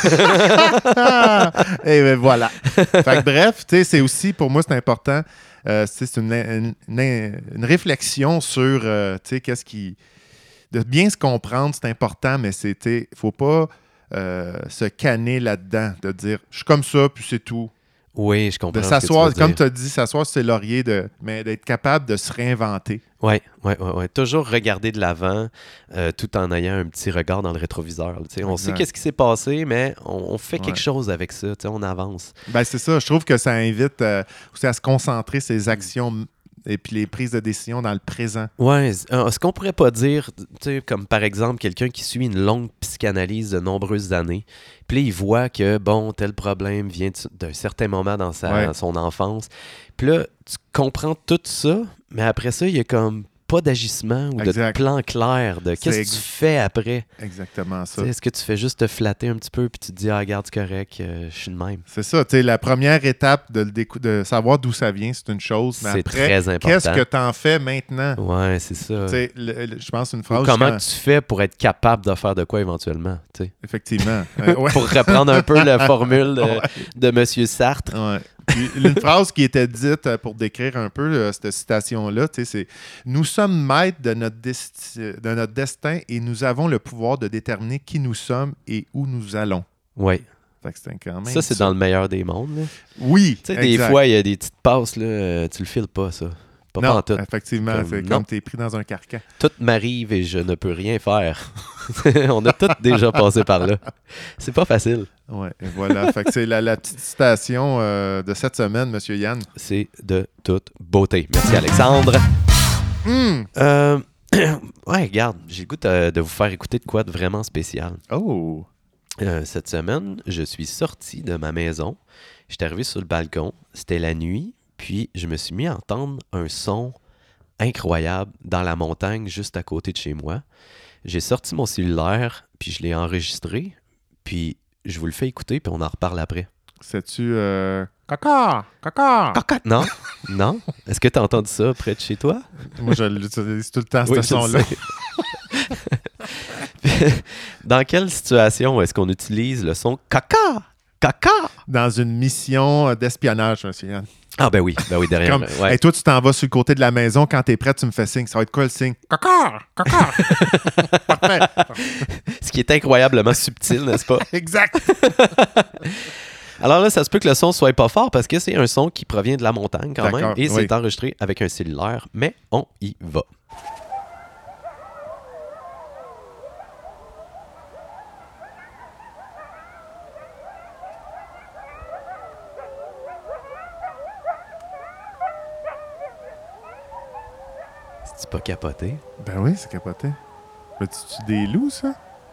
Et ben voilà. Fait que bref, tu sais, c'est aussi, pour moi, c'est important. Euh, tu sais, c'est une, une- une- une réflexion sur, euh, tu sais, qu'est-ce qui... De bien se comprendre, c'est important, mais c'était... Il faut pas euh, se canner là-dedans, de dire, je suis comme ça, puis c'est tout. Oui, je comprends. De ce que tu s'asseoir, veux comme dire. tu as dit, s'asseoir sur ses lauriers, de, mais d'être capable de se réinventer. Oui, oui, oui. Ouais. Toujours regarder de l'avant euh, tout en ayant un petit regard dans le rétroviseur. là, tu sais. On sait Exact. qu'est-ce qui s'est passé, mais on, on fait quelque Ouais. chose avec ça. tu sais, On avance. Ben, c'est ça. Je trouve que ça invite euh, aussi à se concentrer ses actions et puis les prises de décision dans le présent. Ouais, euh, ce qu'on pourrait pas dire, tu sais, comme par exemple quelqu'un qui suit une longue psychanalyse de nombreuses années, puis là, il voit que, bon, tel problème vient de- d'un certain moment dans sa, Ouais. son enfance. Puis là, tu comprends tout ça, mais après ça, il y a comme pas d'agissement ou Exact. de plan clair de qu'est-ce que ex- tu fais après. Exactement Tu ça. sais, Est-ce que tu fais juste te flatter un petit peu puis tu te dis, ah, regarde, c'est correct, euh, je suis de même. C'est ça, tu sais, la première étape de, le décou- de savoir d'où ça vient, c'est une chose, mais C'est après, très important. qu'est-ce que tu en fais maintenant? Ouais, c'est ça. Tu sais, le- le- je pense une Ou phrase... comment quand- tu fais pour être capable de faire de quoi éventuellement, tu sais. Effectivement. Euh, ouais. Pour reprendre un peu la formule de, Ouais. de M. Sartre. Ouais. Puis, une phrase qui était dite euh, pour décrire un peu euh, cette citation-là, tu sais, c'est « Nous sommes maîtres de notre, desti- de notre destin et nous avons le pouvoir de déterminer qui nous sommes et où nous allons. Oui. » Fait que c'est quand même Ça, c'est dans le meilleur des mondes. là. Oui, Tu sais, des exact. fois, il y a des petites passes, là, euh, tu le files pas, ça. Pas Non, pantoute. effectivement, Comme, c'est non. comme t'es pris dans un carcan. Tout m'arrive et je ne peux rien faire. On a tous déjà passé par là. C'est pas facile. Ouais, et voilà. Fait que c'est la, la petite citation euh, de cette semaine, Monsieur Yann. C'est de toute beauté. Merci, Alexandre. Hum! Euh, ouais, regarde, j'ai le goût de, de vous faire écouter de quoi de vraiment spécial. Oh! Euh, cette semaine, je suis sorti de ma maison. J'étais arrivé sur le balcon. C'était la nuit. Puis, je me suis mis à entendre un son incroyable dans la montagne juste à côté de chez moi. J'ai sorti mon cellulaire, puis je l'ai enregistré. Puis, je vous le fais écouter, puis on en reparle après. C'est-tu... Euh... Caca! Caca! Cocotte, non? Non? Est-ce que tu as entendu ça près de chez toi? Moi, je l'utilise tout le temps, ce Oui, je le son-là. sais. Dans quelle situation est-ce qu'on utilise le son caca? Caca! Dans une mission d'espionnage, Monsieur Yann. Ah ben oui, ben oui, derrière. Comme, ouais. hey, toi, tu t'en vas sur le côté de la maison. Quand t'es prêt, tu me fais signe. Ça va être quoi le signe? Caca! Caca! Parfait! Ce qui est incroyablement subtil, n'est-ce pas? Exact! Alors là, ça se peut que le son soit pas fort parce que c'est un son qui provient de la montagne quand même D'accord, et oui. c'est enregistré avec un cellulaire, mais on y va. C'est pas capoté? Ben oui, c'est capoté. As-tu des loups, ça?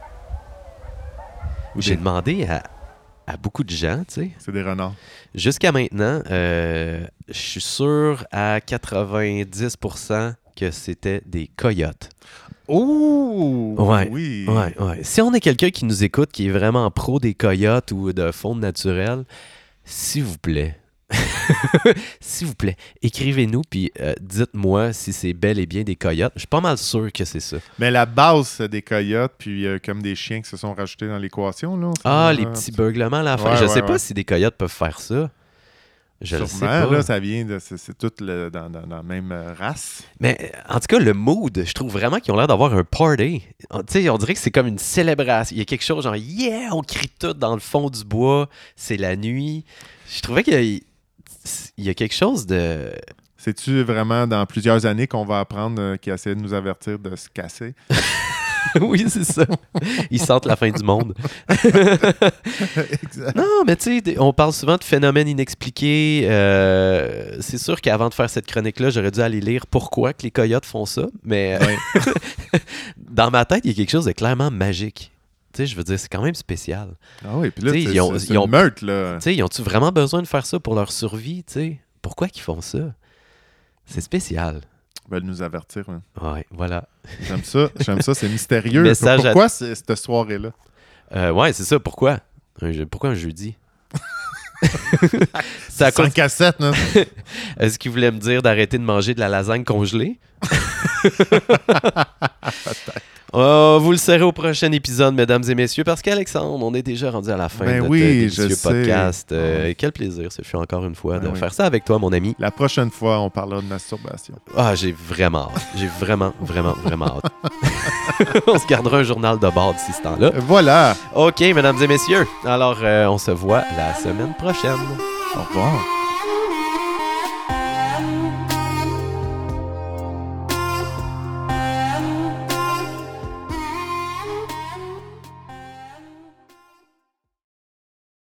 Ou J'ai des- demandé à, à beaucoup de gens, tu sais. C'est des renards. Jusqu'à maintenant, euh, je suis sûr à quatre-vingt-dix pour cent que c'était des coyotes. Oh! Ouais, Oui! Ouais, ouais. Si on est quelqu'un qui nous écoute, qui est vraiment pro des coyotes ou de faune naturelle, s'il vous plaît, S'il vous plaît, écrivez-nous puis euh, dites-moi si c'est bel et bien des coyotes. Je suis pas mal sûr que c'est ça. Mais la base, c'est des coyotes, puis euh, comme des chiens qui se sont rajoutés dans l'équation. Là, Ah, euh, les petits beuglements à la fin. Ouais, je ouais, sais pas ouais. si des coyotes peuvent faire ça. Je le sais Sûrement, pas. là, ça vient de... C'est, c'est tout le, dans, dans, dans la même euh, race. Mais en tout cas, le mood, je trouve vraiment qu'ils ont l'air d'avoir un party. On, tu sais, on dirait que c'est comme une célébration. Il y a quelque chose genre, yeah, on crie tout dans le fond du bois, c'est la nuit. Je trouvais qu'il y a, il y a quelque chose de... C'est-tu vraiment dans plusieurs années qu'on va apprendre euh, qu'ils essaient de nous avertir de se casser? Oui, c'est ça. Ils sentent la fin du monde. Exact. Non, mais tu sais, on parle souvent de phénomènes inexpliqués. Euh, c'est sûr qu'avant de faire cette chronique-là, j'aurais dû aller lire pourquoi que les coyotes font ça. Mais Ouais. dans ma tête, il y a quelque chose de clairement magique. Tu sais, je veux dire, c'est quand même spécial. Ah oui, puis là, T'sais, c'est, ils ont- c'est ils ont- une meute, là. Tu sais, ils ont-tu vraiment besoin de faire ça pour leur survie, tu sais? Pourquoi qu'ils font ça? C'est spécial. Ils veulent nous avertir. Hein. Ouais, voilà. J'aime ça, j'aime ça, c'est mystérieux. Message à- Pourquoi c'est, cette soirée-là? Euh, ouais, c'est ça. Pourquoi? Un jeu- Pourquoi un jeudi? C'est à cause- Sans cassette, non? Est-ce qu'il voulait me dire d'arrêter de manger de la lasagne congelée? Oh, vous le saurez au prochain épisode, mesdames et messieurs, parce qu'Alexandre, on est déjà rendu à la fin Ben de oui, notre je délicieux sais. podcast. Euh, Ouais. Quel plaisir, ce fut encore une fois Ben de oui. faire ça avec toi, mon ami. La prochaine fois, on parlera de masturbation. Ah, j'ai vraiment hâte. J'ai vraiment, vraiment, vraiment hâte. On se gardera un journal de bord d'ici ce temps-là. Voilà! OK, mesdames et messieurs. Alors, euh, on se voit la semaine prochaine. Au revoir!